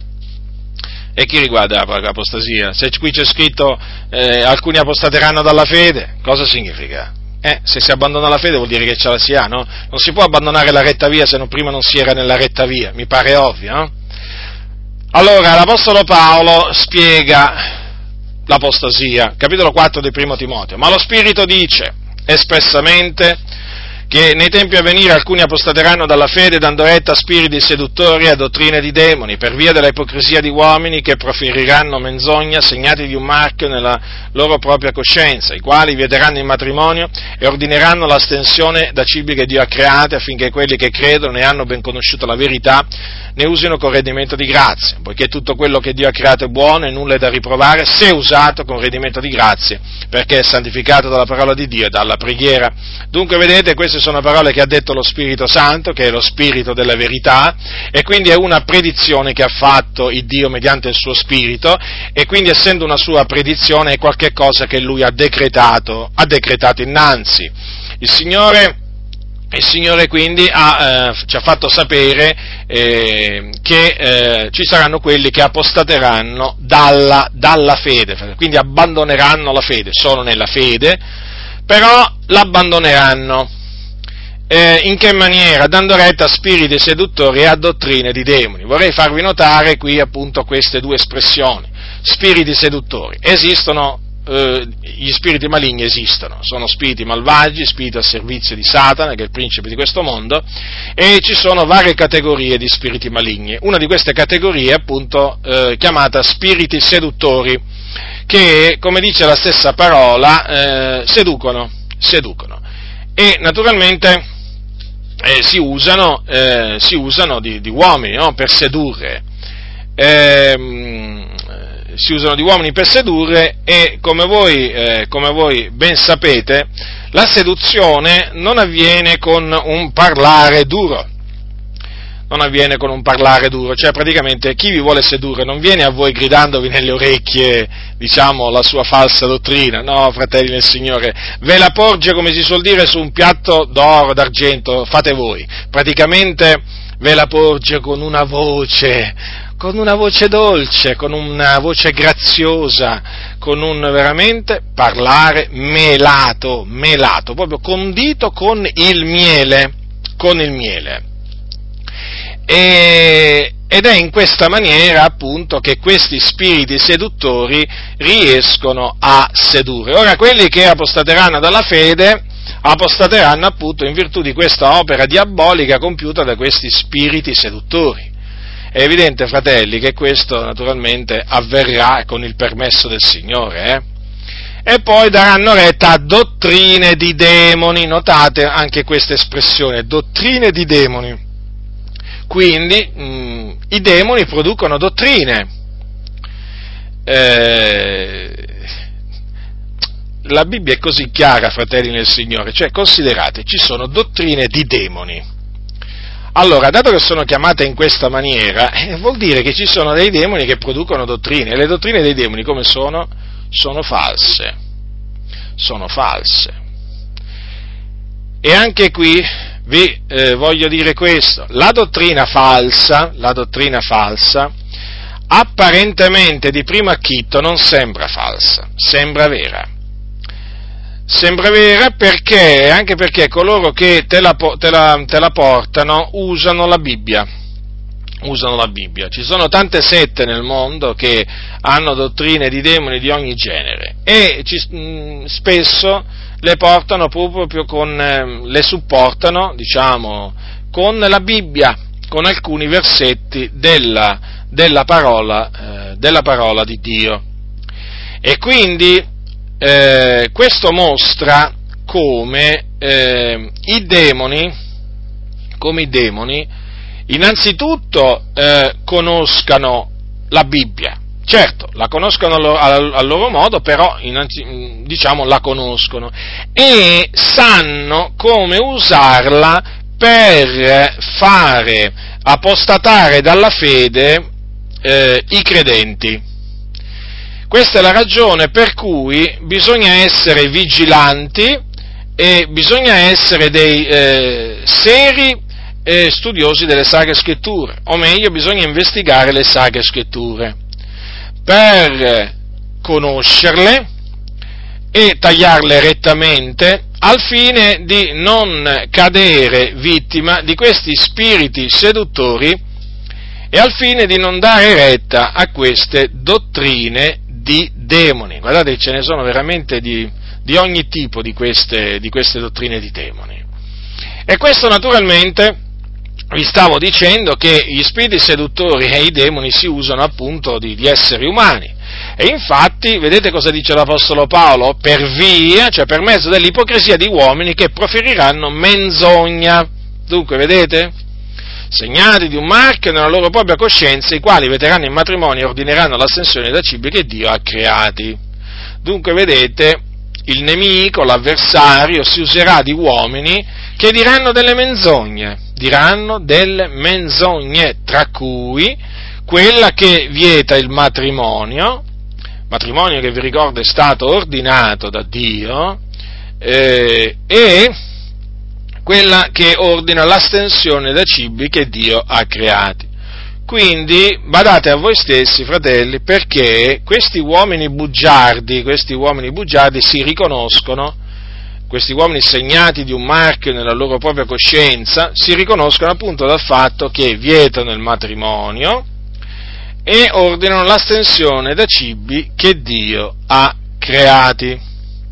E chi riguarda l'apostasia? Se qui c'è scritto eh, alcuni apostateranno dalla fede, cosa significa? Eh, se si abbandona la fede vuol dire che ce la si ha, no? Non si può abbandonare la retta via se non prima non si era nella retta via, mi pare ovvio, no? Allora, l'Apostolo Paolo spiega l'apostasia, capitolo quattro di Primo Timoteo, ma lo Spirito dice espressamente che nei tempi a venire alcuni apostateranno dalla fede dando retta a spiriti seduttori e a dottrine di demoni, per via della ipocrisia di uomini che proferiranno menzogna segnati di un marchio nella loro propria coscienza, i quali vieteranno il matrimonio e ordineranno l'astensione da cibi che Dio ha creati, affinché quelli che credono e hanno ben conosciuto la verità ne usino con redimento di grazie, poiché tutto quello che Dio ha creato è buono e nulla è da riprovare se usato con redimento di grazie, perché è santificato dalla parola di Dio e dalla preghiera. Dunque vedete, queste sono parole che ha detto lo Spirito Santo, che è lo Spirito della verità, e quindi è una predizione che ha fatto il Dio mediante il suo Spirito, e quindi essendo una sua predizione è qualche cosa che Lui ha decretato, ha decretato innanzi. Il Signore Il Signore quindi ha, eh, ci ha fatto sapere eh, che eh, ci saranno quelli che apostateranno dalla, dalla fede, quindi abbandoneranno la fede, sono nella fede, però l'abbandoneranno. Eh, in che maniera? Dando retta a spiriti seduttori e a dottrine di demoni. Vorrei farvi notare qui appunto queste due espressioni. Spiriti seduttori. Esistono Uh, gli spiriti maligni esistono, sono spiriti malvagi, spiriti al servizio di Satana, che è il principe di questo mondo, e ci sono varie categorie di spiriti maligni. Una di queste categorie è appunto uh, chiamata spiriti seduttori, che, come dice la stessa parola, uh, seducono, seducono, e naturalmente eh, si usano, eh, si usano di, di uomini, no? Per sedurre. Ehm, si usano di uomini per sedurre e come voi, eh, come voi ben sapete, la seduzione non avviene con un parlare duro, non avviene con un parlare duro, cioè praticamente chi vi vuole sedurre non viene a voi gridandovi nelle orecchie, diciamo, la sua falsa dottrina, no, fratelli del Signore, ve la porge, come si suol dire, su un piatto d'oro, d'argento, fate voi, praticamente ve la porge con una voce, con una voce dolce, con una voce graziosa, con un veramente parlare melato, melato, proprio condito con il miele, con il miele. E, ed è in questa maniera appunto che questi spiriti seduttori riescono a sedurre. Ora, quelli che apostateranno dalla fede, apostateranno appunto in virtù di questa opera diabolica compiuta da questi spiriti seduttori. È evidente, fratelli, che questo naturalmente avverrà con il permesso del Signore, eh? e poi daranno retta a dottrine di demoni. Notate anche questa espressione, dottrine di demoni. Quindi mh, i demoni producono dottrine. Eh, la Bibbia è così chiara, fratelli nel Signore, cioè considerate, ci sono dottrine di demoni. Allora, dato che sono chiamate in questa maniera, eh, vuol dire che ci sono dei demoni che producono dottrine, e le dottrine dei demoni come sono? Sono false, sono false. E anche qui vi eh, voglio dire questo, la dottrina falsa, la dottrina falsa, apparentemente di primo acchito non sembra falsa, sembra vera. Sembra vera perché, anche perché coloro che te la, te la, te la portano usano la Bibbia, usano la Bibbia. Ci sono tante sette nel mondo che hanno dottrine di demoni di ogni genere e ci, mh, spesso le portano proprio con, eh, le supportano, diciamo, con la Bibbia, con alcuni versetti della, della parola, eh, della parola di Dio. E quindi Eh, questo mostra come eh, i demoni, come i demoni, innanzitutto eh, conoscano la Bibbia. Certo, la conoscono a loro modo, però innanzi, diciamo la conoscono e sanno come usarla per fare apostatare dalla fede eh, i credenti. Questa è la ragione per cui bisogna essere vigilanti e bisogna essere dei eh, seri eh, studiosi delle Sacre Scritture, o meglio, bisogna investigare le Sacre Scritture per conoscerle e tagliarle rettamente al fine di non cadere vittima di questi spiriti seduttori e al fine di non dare retta a queste dottrine di demoni. Guardate, ce ne sono veramente di, di ogni tipo di queste, di queste dottrine di demoni. E questo naturalmente, vi stavo dicendo che gli spiriti seduttori e i demoni si usano appunto di, di esseri umani. E infatti, vedete cosa dice l'Apostolo Paolo? Per via, cioè per mezzo dell'ipocrisia di uomini che proferiranno menzogna. Dunque, vedete? Segnati di un marchio nella loro propria coscienza, i quali veteranno in matrimonio ordineranno l'astensione da cibi che Dio ha creati. Dunque, vedete, il nemico, l'avversario, si userà di uomini che diranno delle menzogne, diranno delle menzogne, tra cui quella che vieta il matrimonio, matrimonio che vi ricordo è stato ordinato da Dio, eh, e quella che ordina l'astensione da cibi che Dio ha creati. Quindi badate a voi stessi, fratelli, perché questi uomini bugiardi, questi uomini bugiardi si riconoscono, questi uomini segnati di un marchio nella loro propria coscienza, si riconoscono appunto dal fatto che vietano il matrimonio e ordinano l'astensione da cibi che Dio ha creati.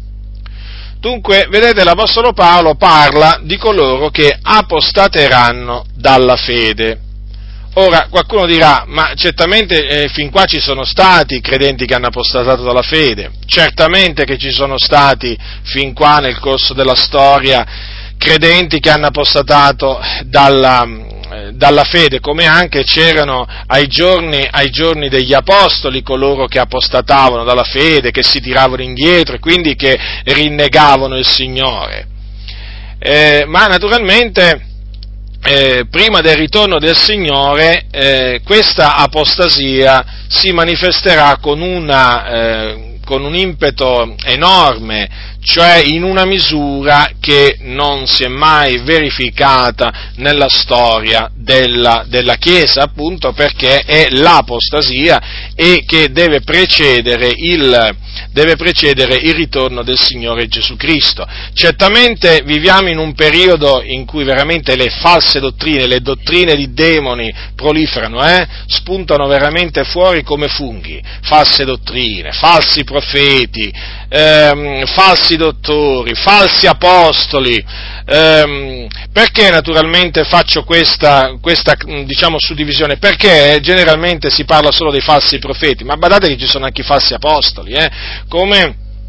Dunque, vedete, l'Apostolo Paolo parla di coloro che apostateranno dalla fede. Ora, qualcuno dirà, ma certamente eh, fin qua ci sono stati credenti che hanno apostatato dalla fede, certamente che ci sono stati fin qua nel corso della storia credenti che hanno apostatato dalla, eh, dalla fede, come anche c'erano ai giorni, ai giorni degli apostoli coloro che apostatavano dalla fede, che si tiravano indietro e quindi che rinnegavano il Signore. Eh, ma naturalmente Eh, prima del ritorno del Signore eh, questa apostasia si manifesterà con, una, eh, con un impeto enorme, cioè in una misura che non si è mai verificata nella storia della, della Chiesa, appunto perché è l'apostasia e che deve precedere il, deve precedere il ritorno del Signore Gesù Cristo. Certamente viviamo in un periodo in cui veramente le false dottrine, le dottrine di demoni proliferano, eh? spuntano veramente fuori come funghi, false dottrine, falsi profeti, ehm, falsi dottori, falsi apostoli. Ehm, perché naturalmente faccio questa, questa diciamo suddivisione? Perché generalmente si parla solo dei falsi profeti, ma badate che ci sono anche i falsi apostoli, eh? come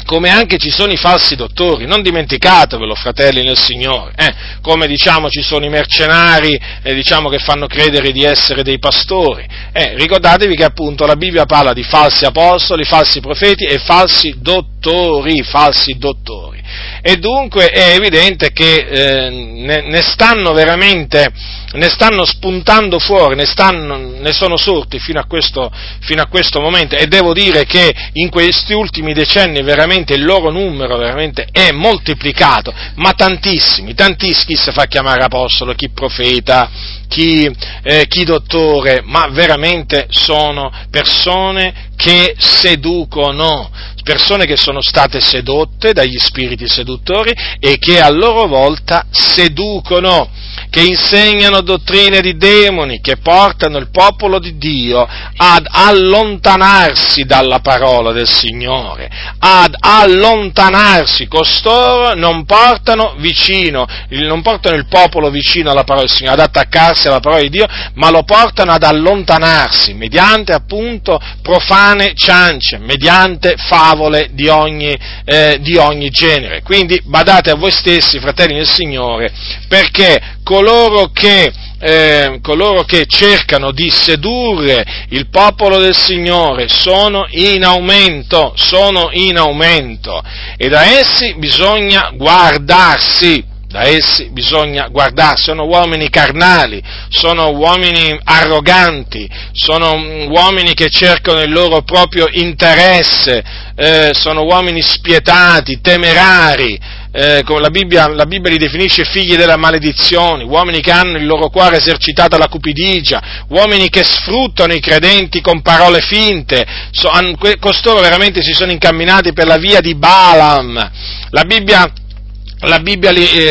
come anche ci sono i falsi dottori, non dimenticatevelo, fratelli nel Signore, eh? Come diciamo ci sono i mercenari, eh, diciamo che fanno credere di essere dei pastori, eh? Ricordatevi che appunto la Bibbia parla di falsi apostoli, falsi profeti e falsi dottori, falsi dottori, e dunque è evidente che eh, ne, ne stanno veramente, ne stanno spuntando fuori, ne, stanno, ne sono sorti fino a, questo, fino a questo momento, e devo dire che in questi ultimi decenni veramente il loro numero veramente è moltiplicato, ma tantissimi, tantissimi, chi si fa chiamare apostolo, chi profeta, chi, eh, chi dottore, ma veramente sono persone che seducono, persone che sono state sedotte dagli spiriti seduttori e che a loro volta seducono, che insegnano dottrine di demoni, che portano il popolo di Dio ad allontanarsi dalla parola del Signore, ad allontanarsi. Costoro non portano vicino, non portano il popolo vicino alla parola del Signore, ad attaccarsi alla parola di Dio, ma lo portano ad allontanarsi mediante appunto profane ciance, mediante favole di ogni, eh, di ogni genere. Quindi badate a voi stessi, fratelli nel Signore, perché coloro che, eh, coloro che cercano di sedurre il popolo del Signore sono in aumento, sono in aumento, e da essi bisogna guardarsi. Da essi bisogna guardarsi, sono uomini carnali, sono uomini arroganti, sono uomini che cercano il loro proprio interesse, eh, sono uomini spietati, temerari, eh, come la Bibbia, la Bibbia li definisce figli della maledizione, uomini che hanno il loro cuore esercitato alla cupidigia, uomini che sfruttano i credenti con parole finte, so, han, costoro veramente si sono incamminati per la via di Balaam. La Bibbia La Bibbia,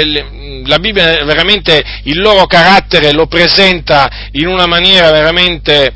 la Bibbia veramente il loro carattere lo presenta in una maniera veramente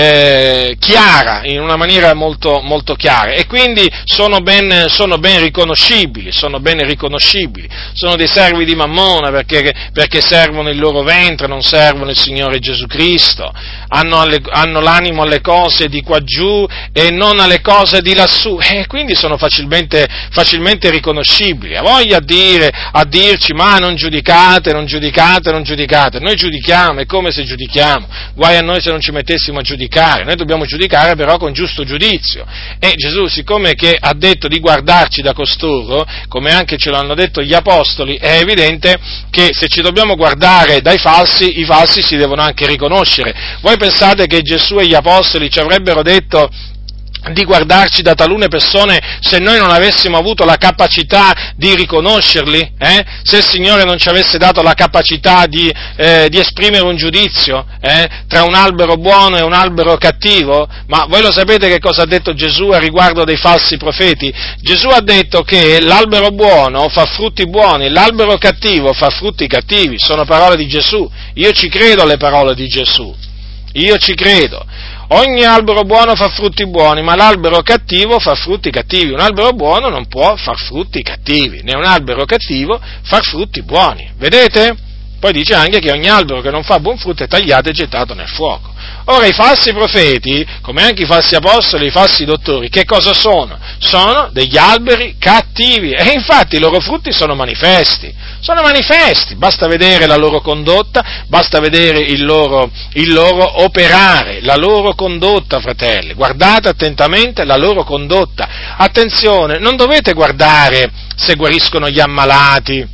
eh, chiara, in una maniera molto, molto chiara, e quindi sono ben, sono ben riconoscibili, sono ben riconoscibili, sono dei servi di Mammona perché, perché servono il loro ventre, non servono il Signore Gesù Cristo, hanno, alle, hanno l'animo alle cose di qua giù e non alle cose di lassù, e quindi sono facilmente, facilmente riconoscibili. Ha voglia di dire a dirci ma non giudicate, non giudicate, non giudicate, noi giudichiamo, è come se giudichiamo, guai a noi se non ci mettessimo a giudicare, noi dobbiamo giudicare però con giusto giudizio, e Gesù, siccome che ha detto di guardarci da costoro, come anche ce l'hanno detto gli apostoli, è evidente che se ci dobbiamo guardare dai falsi, i falsi si devono anche riconoscere. Voi pensate che Gesù e gli apostoli ci avrebbero detto di guardarci da talune persone se noi non avessimo avuto la capacità di riconoscerli? Eh? Se il Signore non ci avesse dato la capacità di, eh, di esprimere un giudizio eh? tra un albero buono e un albero cattivo? Ma voi lo sapete che cosa ha detto Gesù a riguardo dei falsi profeti? Gesù ha detto che l'albero buono fa frutti buoni, l'albero cattivo fa frutti cattivi. Sono parole di Gesù. Io ci credo alle parole di Gesù. Io ci credo. Ogni albero buono fa frutti buoni, ma l'albero cattivo fa frutti cattivi. Un albero buono non può far frutti cattivi, né un albero cattivo far frutti buoni. Vedete? Poi dice anche che ogni albero che non fa buon frutto è tagliato e gettato nel fuoco. Ora i falsi profeti, come anche i falsi apostoli, i falsi dottori, che cosa sono? Sono degli alberi cattivi, e infatti i loro frutti sono manifesti, sono manifesti, basta vedere la loro condotta, basta vedere il loro, il loro operare, la loro condotta, fratelli, guardate attentamente la loro condotta, attenzione, non dovete guardare se guariscono gli ammalati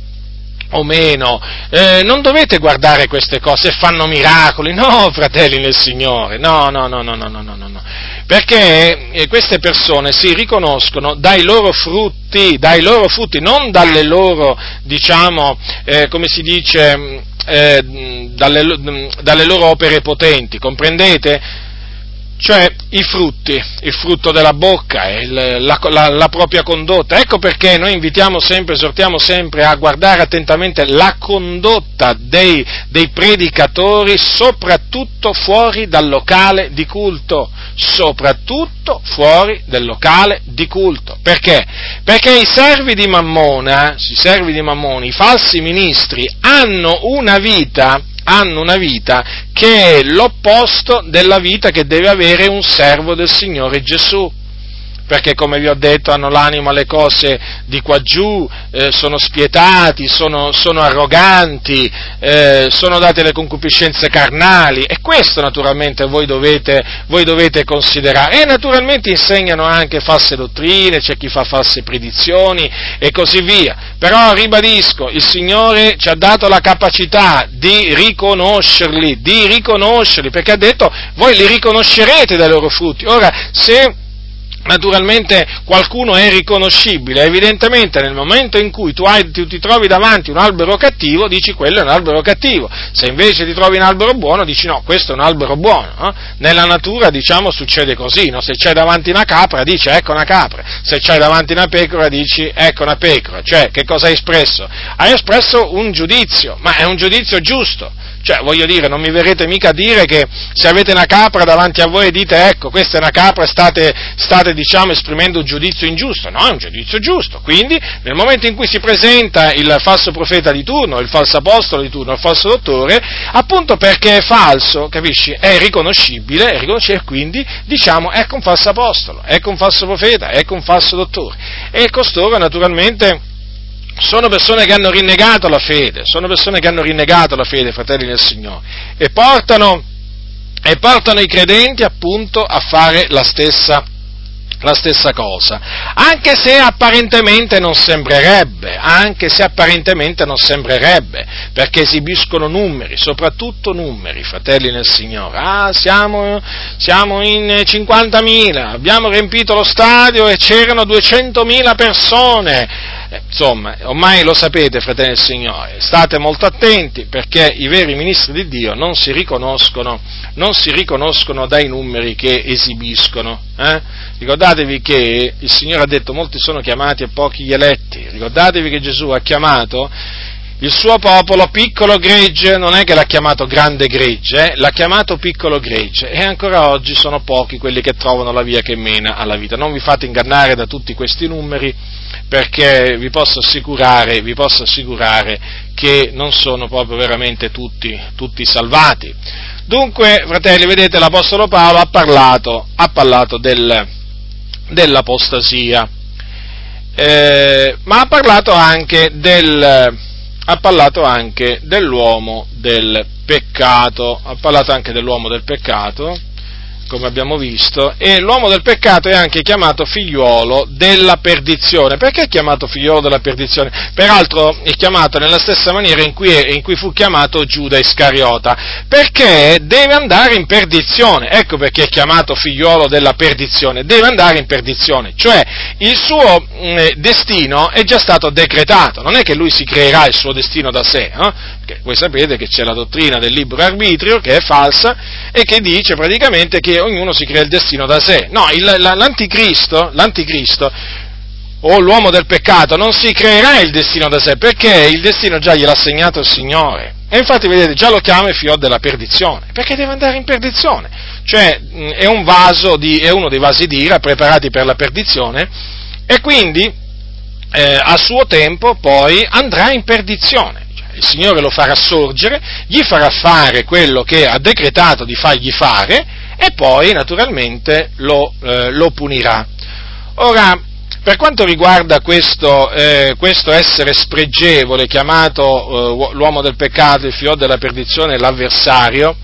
o meno, eh, non dovete guardare queste cose, fanno miracoli, no, fratelli nel Signore, no, no, no, no, no, no, no, no, perché eh, queste persone si riconoscono dai loro frutti, dai loro frutti, non dalle loro, diciamo, eh, come si dice, eh, dalle, dalle loro opere potenti, comprendete? Cioè i frutti, il frutto della bocca, il, la, la, la propria condotta. Ecco perché noi invitiamo sempre, esortiamo sempre a guardare attentamente la condotta dei, dei predicatori, soprattutto fuori dal locale di culto, soprattutto fuori dal locale di culto. Perché? Perché i servi di Mammona, i servi di Mammona, i falsi ministri, hanno una vita hanno una vita che è l'opposto della vita che deve avere un servo del Signore Gesù. perché come vi ho detto hanno l'animo alle cose di qua giù, eh, sono spietati, sono, sono arroganti, eh, sono dati alle concupiscenze carnali, e questo naturalmente voi dovete, voi dovete considerare. E naturalmente insegnano anche false dottrine, c'è chi fa false predizioni e così via. Però ribadisco, il Signore ci ha dato la capacità di riconoscerli, di riconoscerli, perché ha detto voi li riconoscerete dai loro frutti. Ora, se naturalmente qualcuno è riconoscibile, evidentemente nel momento in cui tu, hai, tu ti trovi davanti un albero cattivo, dici quello è un albero cattivo. Se invece ti trovi un albero buono, dici no, questo è un albero buono. No? Nella natura, diciamo, succede così, no? Se c'hai davanti una capra, dici ecco una capra, se c'hai davanti una pecora, dici ecco una pecora. Cioè, che cosa hai espresso? Hai espresso un giudizio, ma è un giudizio giusto. Cioè, voglio dire, non mi verrete mica a dire che se avete una capra davanti a voi e dite, ecco, questa è una capra, state, state, diciamo, esprimendo un giudizio ingiusto. No, è un giudizio giusto. Quindi, nel momento in cui si presenta il falso profeta di turno, il falso apostolo di turno, il falso dottore, appunto perché è falso, capisci? È riconoscibile, è riconoscibile, e quindi, diciamo, ecco un falso apostolo, ecco un falso profeta, ecco un falso dottore. E costoro, naturalmente, sono persone che hanno rinnegato la fede, sono persone che hanno rinnegato la fede, fratelli del Signore, e portano, e portano i credenti appunto a fare la stessa, la stessa cosa, anche se apparentemente non sembrerebbe, anche se apparentemente non sembrerebbe, perché esibiscono numeri, soprattutto numeri, fratelli nel Signore. Ah, siamo, siamo in cinquantamila, abbiamo riempito lo stadio e c'erano duecentomila persone. Insomma, ormai lo sapete, fratelli del Signore, state molto attenti, perché i veri ministri di Dio non si riconoscono, non si riconoscono dai numeri che esibiscono. Eh? Ricordatevi che il Signore ha detto molti sono chiamati e pochi gli eletti. Ricordatevi che Gesù ha chiamato il suo popolo piccolo gregge, non è che l'ha chiamato grande gregge, eh? L'ha chiamato piccolo gregge, e ancora oggi sono pochi quelli che trovano la via che mena alla vita. Non vi fate ingannare da tutti questi numeri, perché vi posso assicurare, vi posso assicurare che non sono proprio veramente tutti, tutti salvati. Dunque, fratelli, vedete, l'Apostolo Paolo ha parlato, ha parlato del, dell'apostasia, eh, ma ha parlato anche del, ha parlato anche dell'uomo del peccato, ha parlato anche dell'uomo del peccato, come abbiamo visto, e l'uomo del peccato è anche chiamato figliuolo della perdizione. Perché è chiamato figliuolo della perdizione? Peraltro è chiamato nella stessa maniera in cui, è, in cui fu chiamato Giuda Iscariota, perché deve andare in perdizione. Ecco perché è chiamato figliuolo della perdizione, deve andare in perdizione, cioè il suo mh, destino è già stato decretato, non è che lui si creerà il suo destino da sé, no? Perché voi sapete che c'è la dottrina del libero arbitrio, che è falsa, e che dice praticamente che ognuno si crea il destino da sé. No, il, l'anticristo, l'anticristo o l'uomo del peccato non si creerà il destino da sé, perché il destino già gliel'ha assegnato il Signore. E infatti, vedete, già lo chiama il figlio della perdizione, perché deve andare in perdizione. Cioè, è un vaso di, è uno dei vasi d'ira preparati per la perdizione, e quindi eh, a suo tempo poi andrà in perdizione. Il Signore lo farà sorgere, gli farà fare quello che ha decretato di fargli fare, e poi naturalmente lo, eh, lo punirà. Ora, per quanto riguarda questo, eh, questo essere spregevole, chiamato eh, l'uomo del peccato, il figlio della perdizione, l'avversario,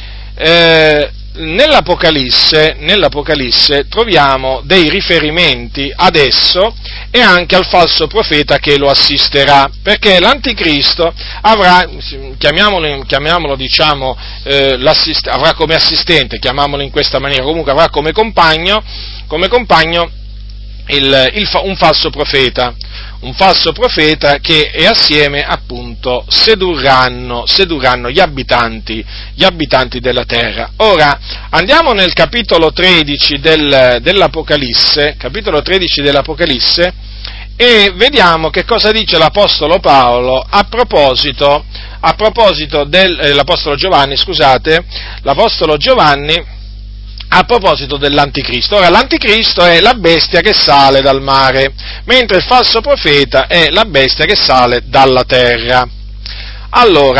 eh, nell'Apocalisse, nell'Apocalisse troviamo dei riferimenti ad esso e anche al falso profeta che lo assisterà, perché l'anticristo avrà, chiamiamolo, chiamiamolo diciamo, eh, avrà come assistente, chiamiamolo in questa maniera, comunque avrà come compagno, come compagno il, il, un falso profeta, un falso profeta che e assieme appunto sedurranno, sedurranno gli abitanti, gli abitanti della terra. Ora andiamo nel capitolo tredici del, dell'Apocalisse, capitolo tredici dell'Apocalisse, e vediamo che cosa dice l'Apostolo Paolo a proposito, a proposito del, eh, l'Apostolo Giovanni, scusate, l'Apostolo Giovanni, a proposito dell'anticristo. Ora, l'anticristo è la bestia che sale dal mare, mentre il falso profeta è la bestia che sale dalla terra. Allora,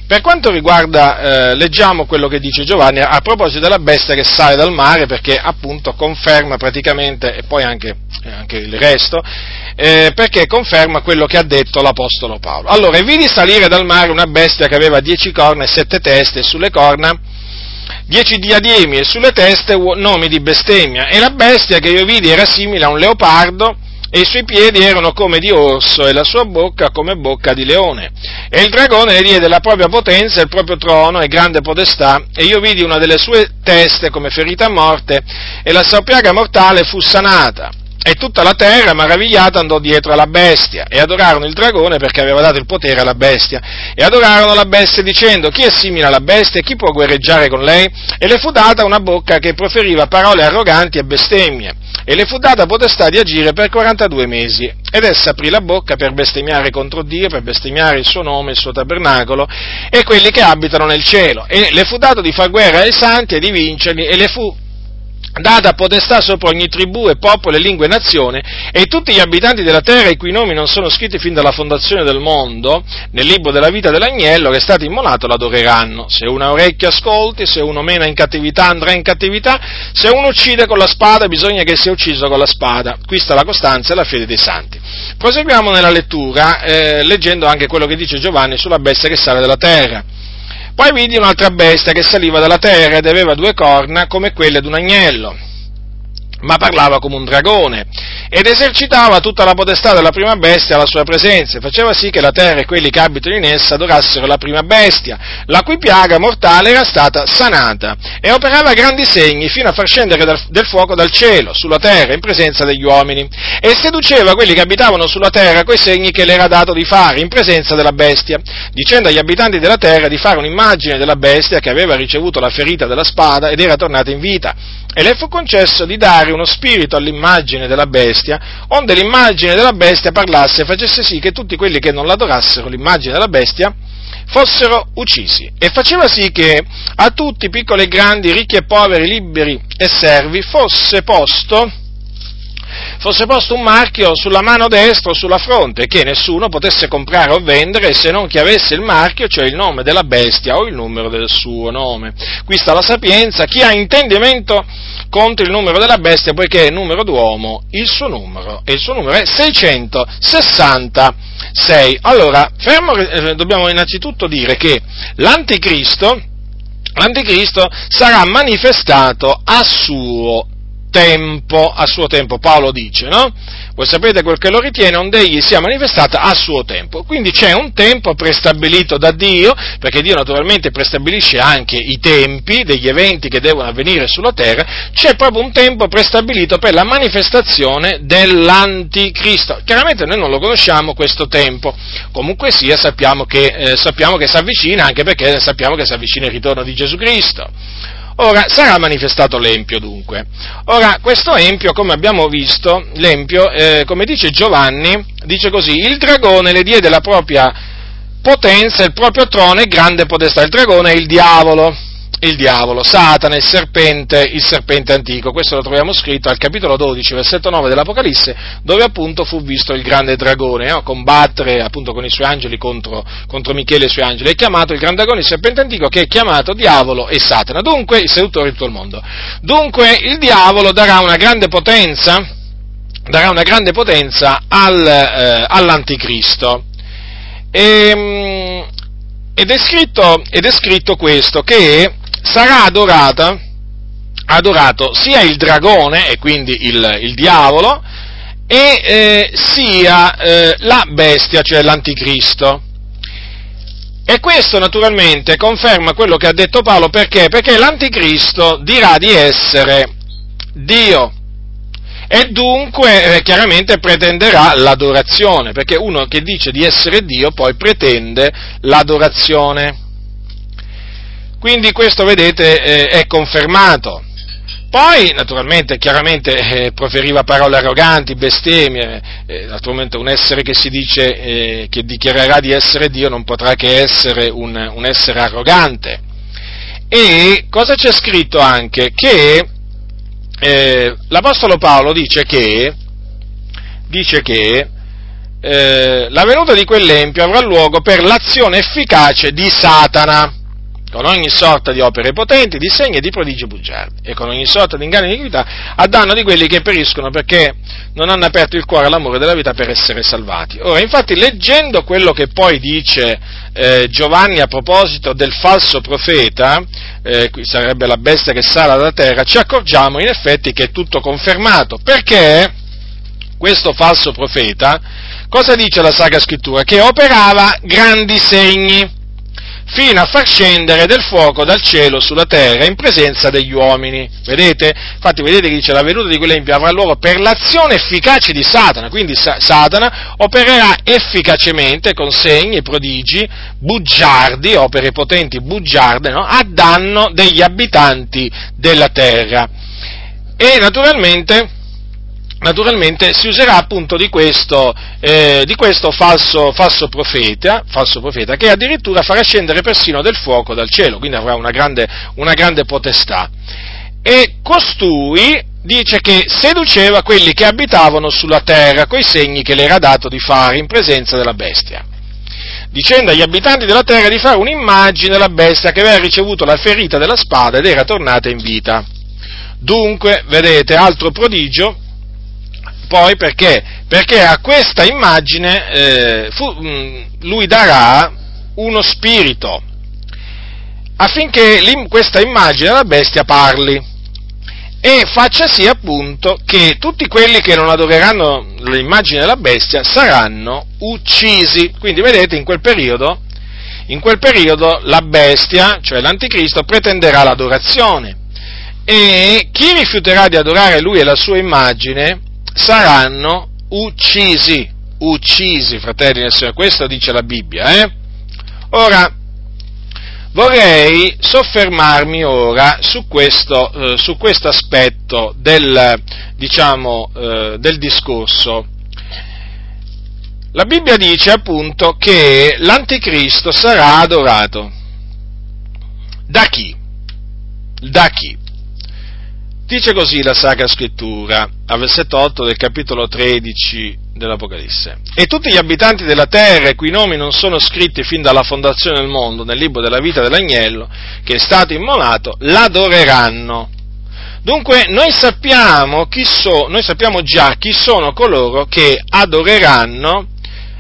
Per quanto riguarda, eh, leggiamo quello che dice Giovanni a proposito della bestia che sale dal mare, perché appunto conferma praticamente, e poi anche, anche il resto, eh, perché conferma quello che ha detto l'Apostolo Paolo. Allora, vidi salire dal mare una bestia che aveva dieci corna e sette teste, e sulle corna dieci diademi, e sulle teste nomi di bestemmia, e la bestia che io vidi era simile a un leopardo, e i suoi piedi erano come di orso, e la sua bocca come bocca di leone. E il dragone le diede la propria potenza, il proprio trono e grande podestà, e io vidi una delle sue teste come ferita a morte, e la sua piaga mortale fu sanata. E tutta la terra, maravigliata, andò dietro alla bestia, e adorarono il dragone perché aveva dato il potere alla bestia, e adorarono la bestia dicendo: chi è simile alla bestia, chi può guerreggiare con lei? E le fu data una bocca che proferiva parole arroganti e bestemmie, e le fu data potestà di agire per quarantadue mesi, ed essa aprì la bocca per bestemmiare contro Dio, per bestemmiare il suo nome, il suo tabernacolo, e quelli che abitano nel cielo, e le fu dato di far guerra ai santi e di vincerli, e le fu data potestà sopra ogni tribù e popolo e lingua e nazione, e tutti gli abitanti della terra, i cui nomi non sono scritti fin dalla fondazione del mondo nel libro della vita dell'agnello che è stato immolato, l'adoreranno. Se uno ha orecchie ascolti, se uno mena in cattività andrà in cattività, se uno uccide con la spada bisogna che sia ucciso con la spada. Qui sta la costanza e la fede dei santi. Proseguiamo nella lettura, eh, leggendo anche quello che dice Giovanni sulla bestia che sale dalla terra. Poi vidi un'altra bestia che saliva dalla terra ed aveva due corna come quelle d'un agnello, ma parlava come un dragone, ed esercitava tutta la potestà della prima bestia alla sua presenza, e faceva sì che la terra e quelli che abitano in essa adorassero la prima bestia, la cui piaga mortale era stata sanata, e operava grandi segni fino a far scendere dal, del fuoco dal cielo sulla terra in presenza degli uomini, e seduceva quelli che abitavano sulla terra coi segni che le era dato di fare in presenza della bestia, dicendo agli abitanti della terra di fare un'immagine della bestia che aveva ricevuto la ferita della spada ed era tornata in vita, e le fu concesso di dare uno spirito all'immagine della bestia, onde l'immagine della bestia parlasse e facesse sì che tutti quelli che non l'adorassero, l'immagine della bestia, fossero uccisi. E faceva sì che a tutti, piccoli e grandi, ricchi e poveri, liberi e servi, fosse posto fosse posto un marchio sulla mano destra o sulla fronte, che nessuno potesse comprare o vendere se non chi avesse il marchio, cioè il nome della bestia o il numero del suo nome. Qui sta la sapienza: chi ha intendimento conta il numero della bestia, poiché è numero d'uomo il suo numero, e il suo numero è seicentosessantasei. Allora, fermo, eh, dobbiamo innanzitutto dire che l'anticristo, l'anticristo sarà manifestato a suo tempo, a suo tempo, Paolo dice, no? Voi sapete quel che lo ritiene, onde egli sia manifestata a suo tempo. Quindi c'è un tempo prestabilito da Dio, perché Dio naturalmente prestabilisce anche i tempi degli eventi che devono avvenire sulla terra. C'è proprio un tempo prestabilito per la manifestazione dell'anticristo. Chiaramente noi non lo conosciamo questo tempo, comunque sia sappiamo che, eh, sappiamo che si avvicina, anche perché sappiamo che si avvicina il ritorno di Gesù Cristo. Ora, sarà manifestato l'empio dunque. Ora, questo empio, come abbiamo visto, l'empio, eh, come dice Giovanni, dice così: il dragone le diede la propria potenza, il proprio trono e grande potestà. Il dragone è il diavolo, il diavolo, Satana, il serpente, il serpente antico. Questo lo troviamo scritto al capitolo dodici, versetto nove dell'Apocalisse, dove appunto fu visto il grande dragone, no? combattere appunto con i suoi angeli contro, contro Michele e i suoi angeli. È chiamato il grande dragone, il serpente antico, che è chiamato diavolo e Satana, dunque il seduttore di tutto il mondo. Dunque il diavolo darà una grande potenza, darà una grande potenza al, eh, all'anticristo. E, ed è scritto, ed è scritto questo, che sarà adorata, adorato sia il dragone, e quindi il, il diavolo, e eh, sia eh, la bestia, cioè l'anticristo. E questo naturalmente conferma quello che ha detto Paolo, perché? Perché l'anticristo dirà di essere Dio, e dunque eh, chiaramente pretenderà l'adorazione, perché uno che dice di essere Dio poi pretende l'adorazione. Quindi questo, vedete, eh, è confermato. Poi, naturalmente, chiaramente, eh, proferiva parole arroganti, bestemmie, eh, naturalmente un essere che si dice, eh, che dichiarerà di essere Dio non potrà che essere un, un essere arrogante. E cosa c'è scritto anche? Che eh, l'Apostolo Paolo dice che, dice che, eh, la venuta di quell'empio avrà luogo per l'azione efficace di Satana, con ogni sorta di opere potenti, di segni e di prodigi bugiardi, e con ogni sorta di inganno e iniquità, a danno di quelli che periscono perché non hanno aperto il cuore all'amore della vita per essere salvati. Ora, infatti, leggendo quello che poi dice eh, Giovanni a proposito del falso profeta, eh, qui sarebbe la bestia che sala da terra, ci accorgiamo in effetti che è tutto confermato, perché questo falso profeta, cosa dice la Sacra Scrittura? Che operava grandi segni, fino a far scendere del fuoco dal cielo sulla terra in presenza degli uomini. Vedete? Infatti vedete che dice la venuta di quell'empio avrà luogo per l'azione efficace di Satana, quindi sa- Satana opererà efficacemente con segni e prodigi bugiardi, opere potenti bugiarde, no? A danno degli abitanti della terra. E naturalmente Naturalmente si userà appunto di questo, eh, di questo falso, falso profeta, falso profeta, che addirittura farà scendere persino del fuoco dal cielo, quindi avrà una grande, una grande potestà. E costui dice che seduceva quelli che abitavano sulla terra, coi segni che le era dato di fare in presenza della bestia, dicendo agli abitanti della terra di fare un'immagine della bestia che aveva ricevuto la ferita della spada ed era tornata in vita. Dunque, vedete, altro prodigio. Poi perché? Perché a questa immagine eh, fu, mh, lui darà uno spirito, affinché questa immagine della bestia parli e faccia sì appunto che tutti quelli che non adoreranno l'immagine della bestia saranno uccisi. Quindi vedete, in quel periodo, in quel periodo la bestia, cioè l'anticristo, pretenderà l'adorazione, e chi rifiuterà di adorare lui e la sua immagine saranno uccisi, uccisi, fratelli del Signore, questo dice la Bibbia, eh? Ora, vorrei soffermarmi ora su questo, eh, su questo aspetto del, diciamo, eh, del discorso. La Bibbia dice appunto che l'anticristo sarà adorato. Da chi? Da chi? Dice così la Sacra Scrittura, al versetto otto del capitolo tredici dell'Apocalisse: e tutti gli abitanti della terra, i cui nomi non sono scritti fin dalla fondazione del mondo nel libro della vita dell'agnello, che è stato immolato, l'adoreranno. Dunque noi sappiamo, chi so, noi sappiamo già chi sono coloro che adoreranno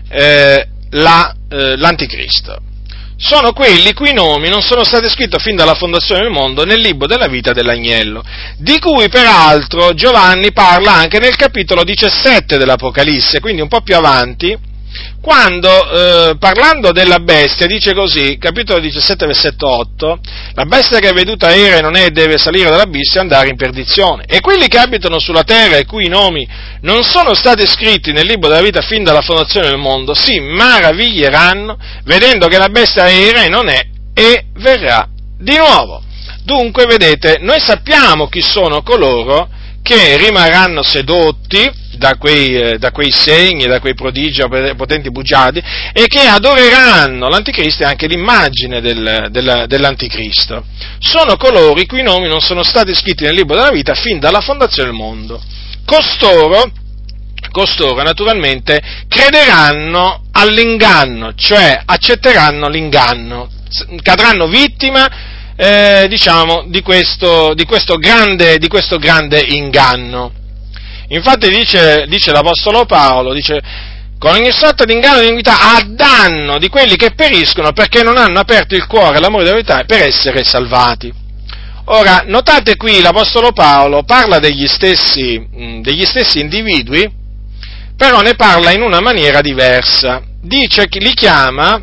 eh, la, eh, l'Anticristo. Sono quelli cui nomi non sono stati scritti fin dalla fondazione del mondo nel libro della vita dell'agnello, di cui peraltro Giovanni parla anche nel capitolo diciassette dell'Apocalisse, quindi un po' più avanti, quando, eh, parlando della bestia, dice così, capitolo diciassette, versetto otto, la bestia che è veduta era e non è e deve salire dall'abisso e andare in perdizione, e quelli che abitano sulla terra e cui nomi non sono stati scritti nel libro della vita fin dalla fondazione del mondo, si maraviglieranno vedendo che la bestia era e non è e verrà di nuovo. Dunque, vedete, noi sappiamo chi sono coloro che rimarranno sedotti da quei, eh, da quei segni, da quei prodigi potenti bugiardi, e che adoreranno l'Anticristo e anche l'immagine del, del, dell'Anticristo. Sono coloro i cui nomi non sono stati scritti nel libro della vita fin dalla fondazione del mondo. Costoro, costoro naturalmente crederanno all'inganno, cioè accetteranno l'inganno, cadranno vittima Eh, diciamo, di questo, di questo grande, di questo grande inganno. Infatti dice, dice l'Apostolo Paolo, dice, con ogni sorta di inganno e di iniquità a danno di quelli che periscono perché non hanno aperto il cuore all'amore della verità per essere salvati. Ora, notate qui l'Apostolo Paolo parla degli stessi, mh, degli stessi individui, però ne parla in una maniera diversa. Dice che li chiama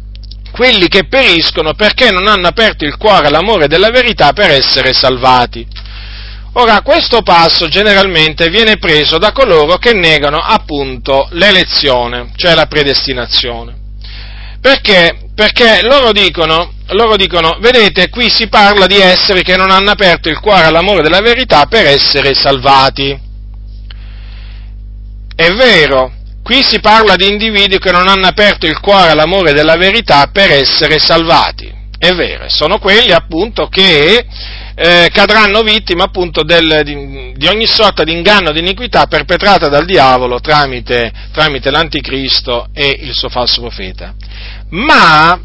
quelli che periscono perché non hanno aperto il cuore all'amore della verità per essere salvati. Ora, questo passo generalmente viene preso da coloro che negano appunto l'elezione, cioè la predestinazione. Perché? Perché loro dicono, loro dicono, vedete, qui si parla di esseri che non hanno aperto il cuore all'amore della verità per essere salvati. È vero. Qui si parla di individui che non hanno aperto il cuore all'amore della verità per essere salvati. È vero, sono quelli appunto che eh, cadranno vittime appunto del, di, di ogni sorta di inganno, di iniquità perpetrata dal diavolo tramite, tramite l'anticristo e il suo falso profeta. Ma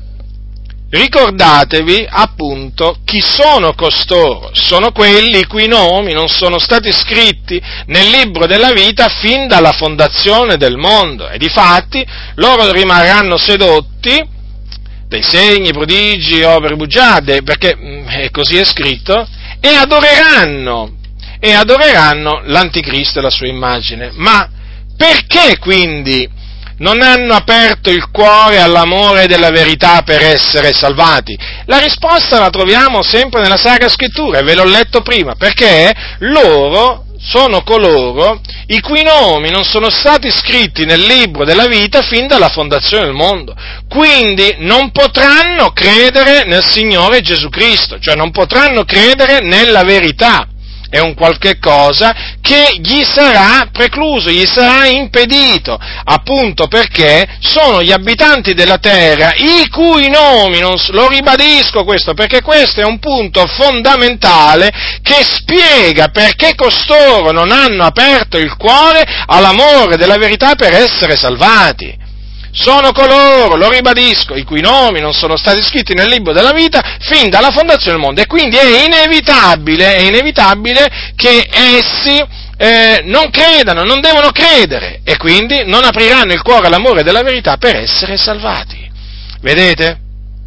ricordatevi appunto chi sono costoro. Sono quelli i cui nomi non sono stati scritti nel libro della vita fin dalla fondazione del mondo, e difatti loro rimarranno sedotti dei segni, prodigi, opere bugiarde, perché eh, così è scritto, e adoreranno, e adoreranno l'anticristo e la sua immagine. Ma perché quindi non hanno aperto il cuore all'amore della verità per essere salvati? La risposta la troviamo sempre nella Sacra Scrittura, e ve l'ho letto prima, perché loro sono coloro i cui nomi non sono stati scritti nel libro della vita fin dalla fondazione del mondo, quindi non potranno credere nel Signore Gesù Cristo, cioè non potranno credere nella verità. È un qualche cosa che gli sarà precluso, gli sarà impedito, appunto perché sono gli abitanti della terra i cui nomi, non, lo ribadisco questo, perché questo è un punto fondamentale che spiega perché costoro non hanno aperto il cuore all'amore della verità per essere salvati. Sono coloro, lo ribadisco, i cui nomi non sono stati scritti nel libro della vita fin dalla fondazione del mondo, e quindi è inevitabile, è inevitabile che essi eh, non credano, non devono credere, e quindi non apriranno il cuore all'amore della verità per essere salvati. Vedete?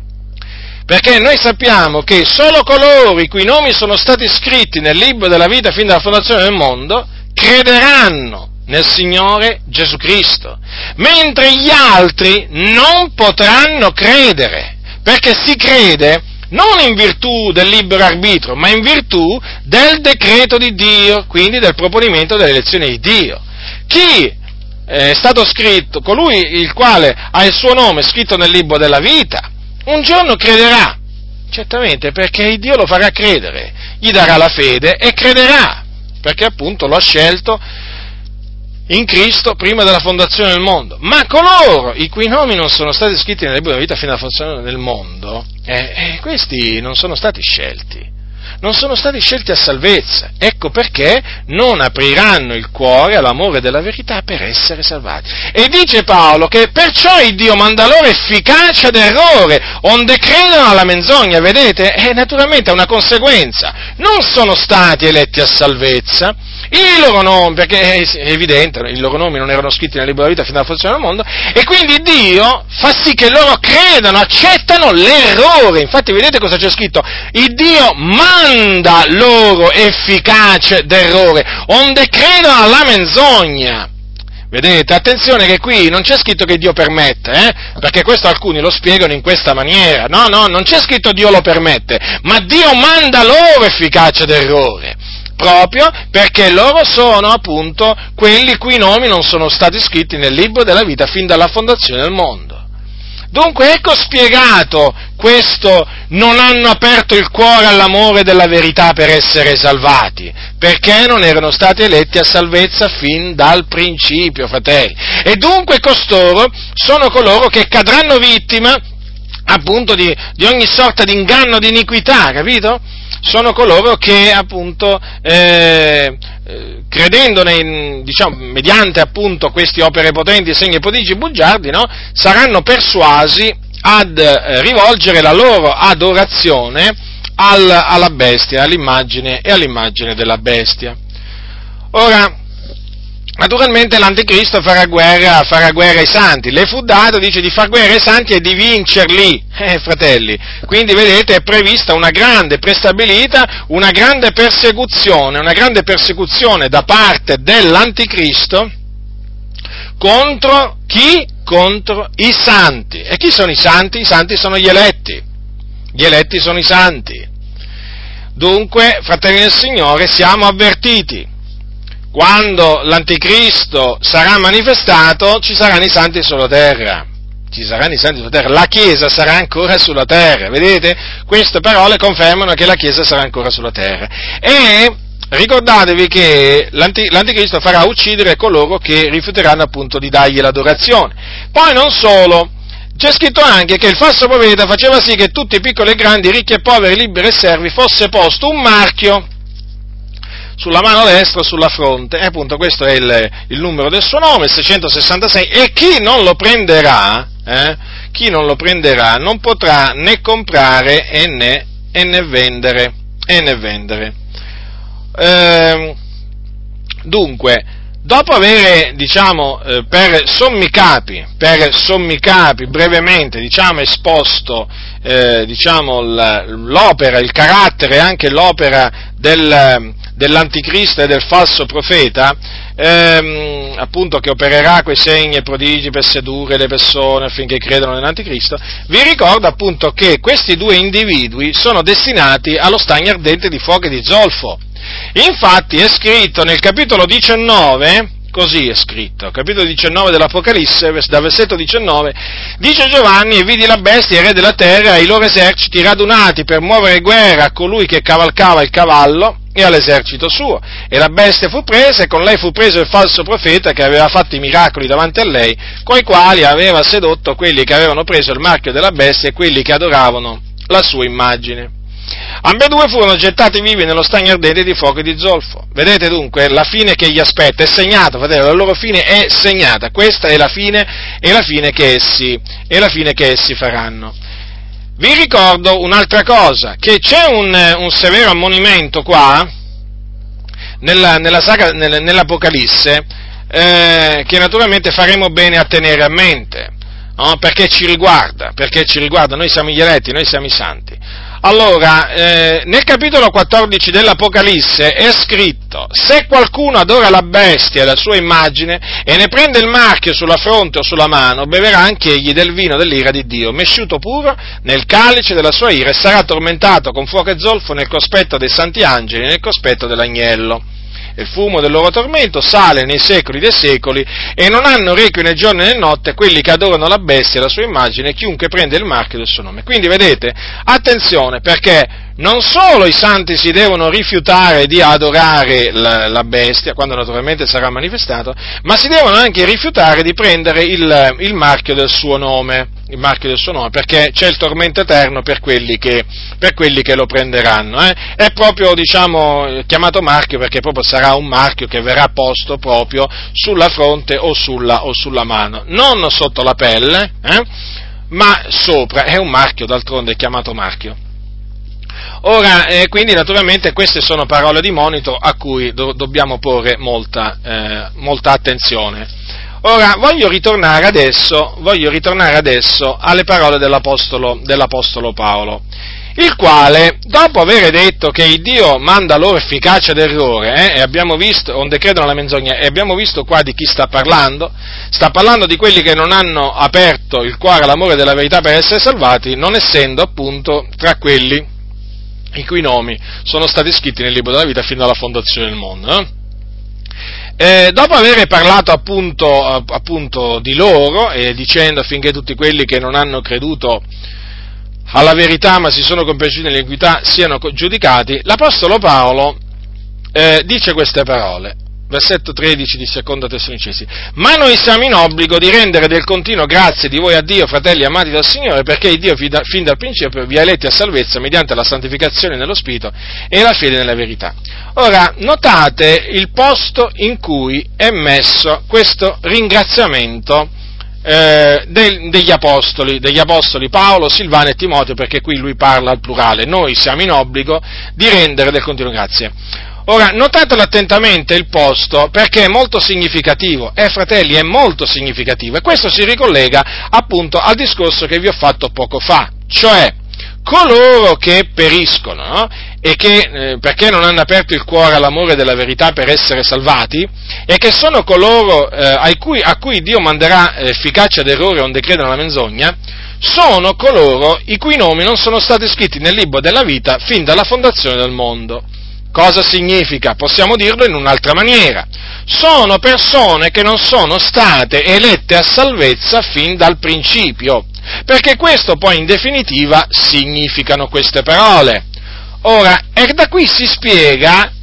Perché noi sappiamo che solo coloro i cui nomi sono stati scritti nel libro della vita fin dalla fondazione del mondo crederanno nel Signore Gesù Cristo, mentre gli altri non potranno credere, perché si crede non in virtù del libero arbitrio, ma in virtù del decreto di Dio, quindi del proponimento dell'elezione di Dio. Chi è stato scritto, colui il quale ha il suo nome scritto nel libro della vita, un giorno crederà, certamente, perché Dio lo farà credere, gli darà la fede e crederà, perché appunto lo ha scelto in Cristo prima della fondazione del mondo. Ma coloro i cui nomi non sono stati scritti nel libro della vita fino alla fondazione del mondo, eh, eh, questi non sono stati scelti, non sono stati scelti a salvezza. Ecco perché non apriranno il cuore all'amore della verità per essere salvati. E dice Paolo che perciò il Dio manda loro efficacia d'errore, onde credono alla menzogna, vedete? E naturalmente è una conseguenza. Non sono stati eletti a salvezza, i loro nomi, perché è evidente, i loro nomi non erano scritti nel libro della vita fino alla fondazione del mondo, e quindi Dio fa sì che loro credano, accettano l'errore. Infatti vedete cosa c'è scritto? Il Dio manda loro efficace d'errore, onde credono alla menzogna. Vedete, attenzione che qui non c'è scritto che Dio permette, eh? Perché questo alcuni lo spiegano in questa maniera. No, no, non c'è scritto Dio lo permette, ma Dio manda loro efficace d'errore, proprio perché loro sono appunto quelli cui nomi non sono stati scritti nel libro della vita fin dalla fondazione del mondo. Dunque ecco spiegato questo: non hanno aperto il cuore all'amore della verità per essere salvati, perché non erano stati eletti a salvezza fin dal principio, fratelli. E dunque costoro sono coloro che cadranno vittima appunto di, di ogni sorta di inganno, di iniquità, capito? Sono coloro che appunto eh, credendo nei, diciamo, mediante appunto queste opere potenti, segni e prodigi bugiardi, no? Saranno persuasi ad eh, rivolgere la loro adorazione al, alla bestia, all'immagine e all'immagine della bestia. Ora, naturalmente l'anticristo farà guerra, farà guerra ai santi. Le fu dato, dice, di far guerra ai santi e di vincerli, eh, fratelli. Quindi, vedete, è prevista una grande, prestabilita, una grande persecuzione, una grande persecuzione da parte dell'anticristo contro chi? Contro i santi. E chi sono i santi? I santi sono gli eletti. Gli eletti sono i santi. Dunque, fratelli del Signore, siamo avvertiti. Quando l'anticristo sarà manifestato, ci saranno i santi sulla terra, ci saranno i santi sulla terra, la Chiesa sarà ancora sulla terra, vedete? Queste parole confermano che la Chiesa sarà ancora sulla terra. E ricordatevi che l'anticristo farà uccidere coloro che rifiuteranno appunto di dargli l'adorazione. Poi non solo, c'è scritto anche che il falso profeta faceva sì che tutti i piccoli e grandi, ricchi e poveri, liberi e servi, fosse posto un marchio sulla mano destra o sulla fronte, e appunto questo è il, il numero del suo nome, il seicentosessantasei, e chi non lo prenderà, eh, chi non lo prenderà non potrà né comprare e né, e né vendere, e né vendere. Eh, dunque, dopo avere, diciamo, eh, per sommi capi, per sommi capi, brevemente, diciamo, esposto, eh, diciamo, l'opera, il carattere e anche l'opera del, dell'anticristo e del falso profeta, ehm, appunto, che opererà quei segni e prodigi per sedurre le persone affinché credano nell'anticristo, vi ricordo appunto che questi due individui sono destinati allo stagno ardente di fuoco e di zolfo. Infatti è scritto nel capitolo diciannove, così è scritto, capitolo diciannove dell'Apocalisse, dal versetto diciannove, dice Giovanni: e vidi la bestia, il re della terra, e i loro eserciti radunati per muovere guerra a colui che cavalcava il cavallo e all'esercito suo. E la bestia fu presa, e con lei fu preso il falso profeta che aveva fatto i miracoli davanti a lei, coi quali aveva sedotto quelli che avevano preso il marchio della bestia e quelli che adoravano la sua immagine. Ambedue furono gettati vivi nello stagno ardente di fuoco e di zolfo. Vedete dunque la fine che gli aspetta, è segnata, fratello, la loro fine è segnata, questa è la fine, è la fine che essi, è la fine che essi faranno. Vi ricordo un'altra cosa, che c'è un, un severo ammonimento qua, nella, nella saga, nell'Apocalisse, eh, che naturalmente faremo bene a tenere a mente, no? Perché ci riguarda, perché ci riguarda, noi siamo gli eletti, noi siamo i santi. Allora, eh, nel capitolo quattordici dell'Apocalisse è scritto: se qualcuno adora la bestia e la sua immagine e ne prende il marchio sulla fronte o sulla mano, beverà anch'egli del vino dell'ira di Dio, mesciuto puro nel calice della sua ira, e sarà tormentato con fuoco e zolfo nel cospetto dei santi angeli e nel cospetto dell'agnello. Il fumo del loro tormento sale nei secoli dei secoli, e non hanno requie né giorno né notte quelli che adorano la bestia e la sua immagine, e chiunque prende il marchio del suo nome. Quindi vedete, attenzione, perché non solo i santi si devono rifiutare di adorare la, la bestia, quando naturalmente sarà manifestato, ma si devono anche rifiutare di prendere il, il marchio del suo nome, il marchio del suo nome, perché c'è il tormento eterno per quelli che, per quelli che lo prenderanno. Eh? È proprio, diciamo, chiamato marchio perché proprio sarà un marchio che verrà posto proprio sulla fronte o sulla, o sulla mano, non sotto la pelle, eh? ma sopra, è un marchio, d'altronde è chiamato marchio. Ora, eh, quindi naturalmente queste sono parole di monito a cui do- dobbiamo porre molta, eh, molta attenzione. Ora, voglio ritornare adesso, voglio ritornare adesso alle parole dell'Apostolo, dell'Apostolo Paolo, il quale, dopo aver detto che il Dio manda loro efficacia d'errore, eh, e abbiamo visto, onde credono alla menzogna, e abbiamo visto qua di chi sta parlando, sta parlando di quelli che non hanno aperto il cuore all'amore della verità per essere salvati, non essendo appunto tra quelli i cui nomi sono stati scritti nel libro della vita fino alla fondazione del mondo. Eh? Eh, dopo aver parlato appunto, appunto di loro, e dicendo affinché tutti quelli che non hanno creduto alla verità ma si sono compiaciuti nell'iniquità siano giudicati, l'Apostolo Paolo eh, dice queste parole. Versetto tredici di seconda Tessalonicesi: ma noi siamo in obbligo di rendere del continuo grazie di voi a Dio, fratelli amati dal Signore, perché il Dio fin dal principio vi ha eletti a salvezza mediante la santificazione nello Spirito e la fede nella verità. Ora, notate il posto in cui è messo questo ringraziamento eh, de, degli apostoli, degli apostoli Paolo, Silvano e Timoteo, perché qui lui parla al plurale. Noi siamo in obbligo di rendere del continuo grazie. Ora, notatelo attentamente il posto, perché è molto significativo, eh fratelli, è molto significativo, e questo si ricollega appunto al discorso che vi ho fatto poco fa, cioè coloro che periscono, no? e che, eh, perché non hanno aperto il cuore all'amore della verità per essere salvati, e che sono coloro eh, a, cui, a cui Dio manderà eh, efficacia d'errore onde credono alla menzogna, sono coloro i cui nomi non sono stati scritti nel libro della vita fin dalla fondazione del mondo. Cosa significa? Possiamo dirlo in un'altra maniera. Sono persone che non sono state elette a salvezza fin dal principio, perché questo poi in definitiva significano queste parole. Ora, e da qui si spiega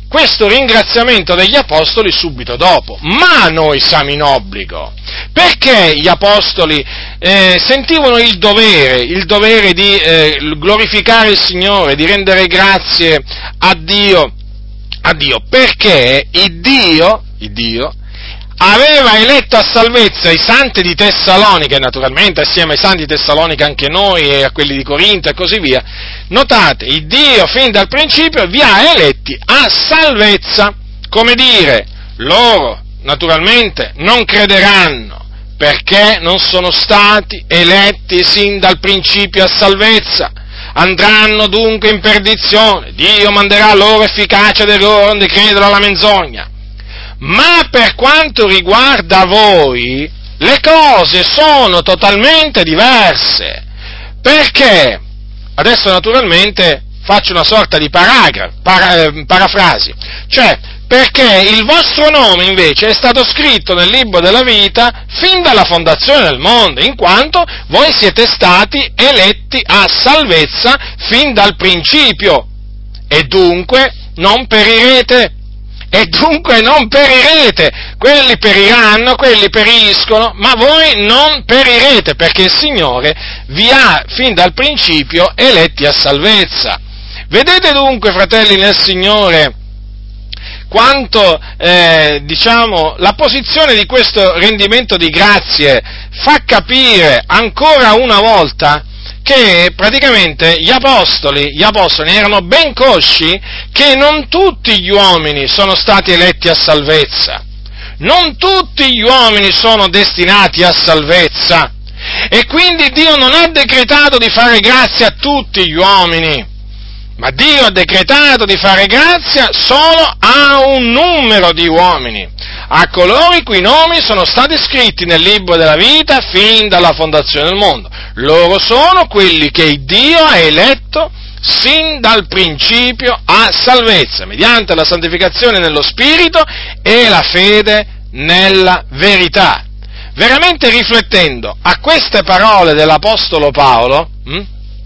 questo ringraziamento degli apostoli subito dopo. Ma noi siamo in obbligo, perché gli apostoli eh, sentivano il dovere, il dovere di eh, glorificare il Signore, di rendere grazie a Dio, a Dio, perché il Dio, il Dio aveva eletto a salvezza i santi di Tessalonica, e naturalmente assieme ai santi di Tessalonica anche noi e a quelli di Corinto e così via. Notate, il Dio fin dal principio vi ha eletti a salvezza, come dire, loro naturalmente non crederanno perché non sono stati eletti sin dal principio a salvezza. Andranno dunque in perdizione, Dio manderà loro efficacia del loro onde credono alla menzogna. Ma per quanto riguarda voi, le cose sono totalmente diverse, perché, adesso naturalmente faccio una sorta di paragrafo, para, eh, parafrasi, cioè, perché il vostro nome invece è stato scritto nel libro della vita fin dalla fondazione del mondo, in quanto voi siete stati eletti a salvezza fin dal principio, e dunque non perirete. E dunque non perirete, quelli periranno, quelli periscono, ma voi non perirete, perché il Signore vi ha fin dal principio eletti a salvezza. Vedete dunque, fratelli nel Signore, quanto, eh, diciamo, la posizione di questo rendimento di grazie fa capire ancora una volta che praticamente gli apostoli, gli apostoli erano ben consci che non tutti gli uomini sono stati eletti a salvezza, non tutti gli uomini sono destinati a salvezza, e quindi Dio non ha decretato di fare grazia a tutti gli uomini, ma Dio ha decretato di fare grazia solo a un numero di uomini, a coloro i cui nomi sono stati scritti nel libro della vita fin dalla fondazione del mondo. Loro sono quelli che Dio ha eletto sin dal principio a salvezza, mediante la santificazione nello Spirito e la fede nella verità. Veramente riflettendo a queste parole dell'Apostolo Paolo, hm,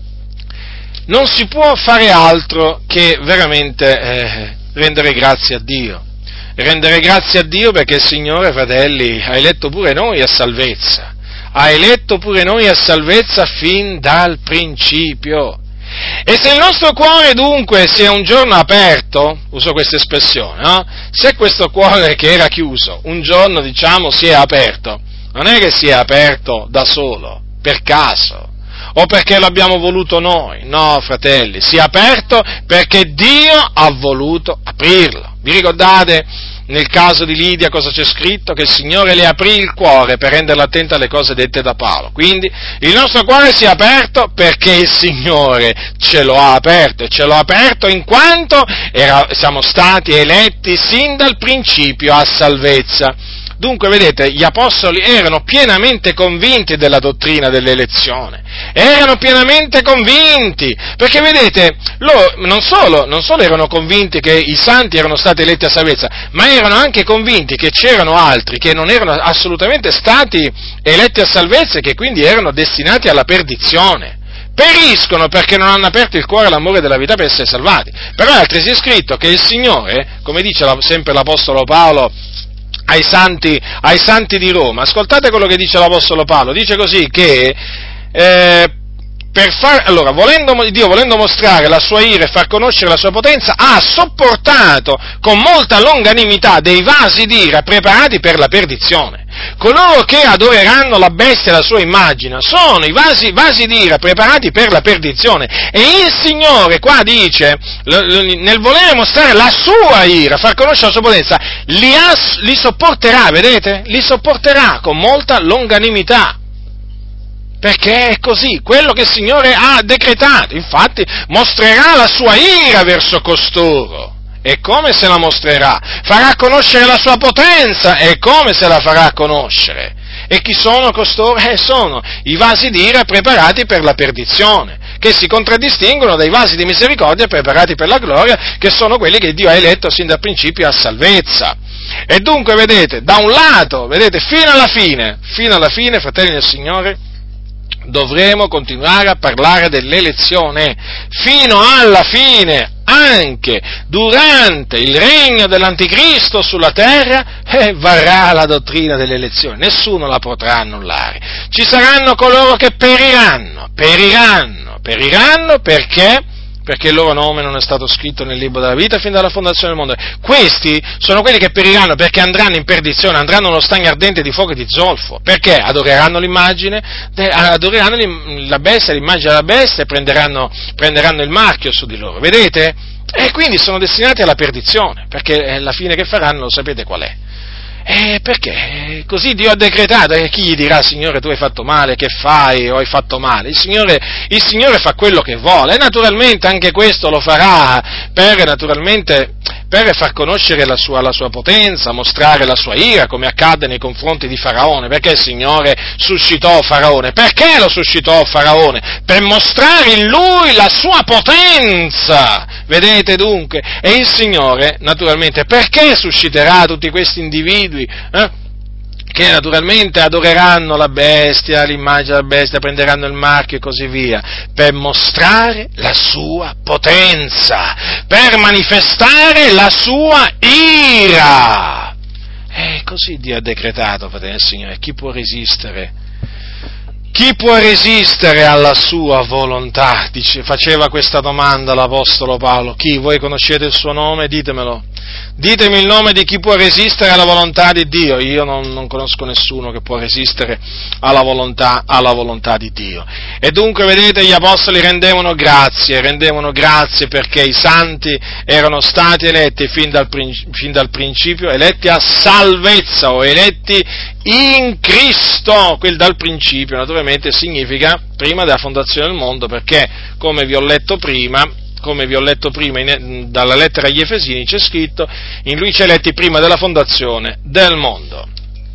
non si può fare altro che veramente eh, rendere grazie a Dio. Rendere grazie a Dio perché il Signore, fratelli, ha eletto pure noi a salvezza. Ha eletto pure noi a salvezza fin dal principio. E se il nostro cuore dunque si è un giorno aperto, uso questa espressione, no? Se questo cuore che era chiuso un giorno, diciamo, si è aperto, non è che si è aperto da solo, per caso, o perché l'abbiamo voluto noi, no, fratelli, si è aperto perché Dio ha voluto aprirlo. Vi ricordate nel caso di Lidia cosa c'è scritto? Che il Signore le aprì il cuore per renderla attenta alle cose dette da Paolo. Quindi il nostro cuore si è aperto perché il Signore ce lo ha aperto, e ce l'ha aperto in quanto era, siamo stati eletti sin dal principio a salvezza. Dunque, vedete, gli apostoli erano pienamente convinti della dottrina dell'elezione, erano pienamente convinti, perché vedete, loro non solo, non solo erano convinti che i santi erano stati eletti a salvezza, ma erano anche convinti che c'erano altri che non erano assolutamente stati eletti a salvezza e che quindi erano destinati alla perdizione. Periscono perché non hanno aperto il cuore all'amore della vita per essere salvati. Però è altresì scritto che il Signore, come dice la, sempre l'Apostolo Paolo, Ai santi, ai santi di Roma, ascoltate quello che dice l'Apostolo Paolo, dice così che eh, per far, allora, volendo, Dio volendo mostrare la sua ira e far conoscere la sua potenza, ha sopportato con molta longanimità dei vasi d'ira preparati per la perdizione. Coloro che adoreranno la bestia e la sua immagine sono i vasi, vasi d'ira preparati per la perdizione, e il Signore qua dice, nel volere mostrare la sua ira, far conoscere la sua potenza, li, ha, li sopporterà, vedete? Li sopporterà con molta longanimità. Perché è così, quello che il Signore ha decretato, infatti mostrerà la sua ira verso costoro. E come se la mostrerà? Farà conoscere la sua potenza, e come se la farà conoscere? E chi sono costoro? Eh, sono i vasi d'ira preparati per la perdizione, che si contraddistinguono dai vasi di misericordia preparati per la gloria, che sono quelli che Dio ha eletto sin dal principio a salvezza. E dunque, vedete, da un lato, vedete, fino alla fine, fino alla fine, fratelli del Signore, dovremo continuare a parlare dell'elezione, fino alla fine, anche durante il regno dell'Anticristo sulla terra, eh, varrà la dottrina dell'elezione, nessuno la potrà annullare. Ci saranno coloro che periranno, periranno, periranno perché? Perché il loro nome non è stato scritto nel libro della vita fin dalla fondazione del mondo. Questi sono quelli che periranno perché andranno in perdizione, andranno nello stagno ardente di fuoco e di zolfo, perché adoreranno l'immagine, adoreranno la bestia, l'immagine della bestia e prenderanno, prenderanno il marchio su di loro, vedete? E quindi sono destinati alla perdizione, perché la fine che faranno lo sapete qual è. Eh, perché? Così Dio ha decretato, e chi gli dirà, Signore, tu hai fatto male, che fai, o hai fatto male? Il Signore, il Signore fa quello che vuole, e naturalmente anche questo lo farà per, naturalmente, per far conoscere la sua, la sua potenza, mostrare la sua ira, come accadde nei confronti di Faraone. Perché il Signore suscitò Faraone? Perché lo suscitò Faraone? Per mostrare in lui la sua potenza, vedete dunque? E il Signore, naturalmente, perché susciterà tutti questi individui? Eh? Che naturalmente adoreranno la bestia, l'immagine della bestia, prenderanno il marchio e così via, per mostrare la sua potenza, per manifestare la sua ira. E così Dio ha decretato, fratelli del Signore, chi può resistere? Chi può resistere alla sua volontà? Dice, faceva questa domanda l'Apostolo Paolo. Chi? Voi conoscete il suo nome? Ditemelo. Ditemi il nome di chi può resistere alla volontà di Dio. Io non, non conosco nessuno che può resistere alla volontà, alla volontà di Dio. E dunque, vedete, gli apostoli rendevano grazie, rendevano grazie perché i santi erano stati eletti fin dal, fin dal principio, eletti a salvezza o eletti in Cristo, quel dal principio naturalmente significa prima della fondazione del mondo, perché come vi ho letto prima, come vi ho letto prima in, dalla lettera agli Efesini c'è scritto, in lui ci ha eletti prima della fondazione del mondo.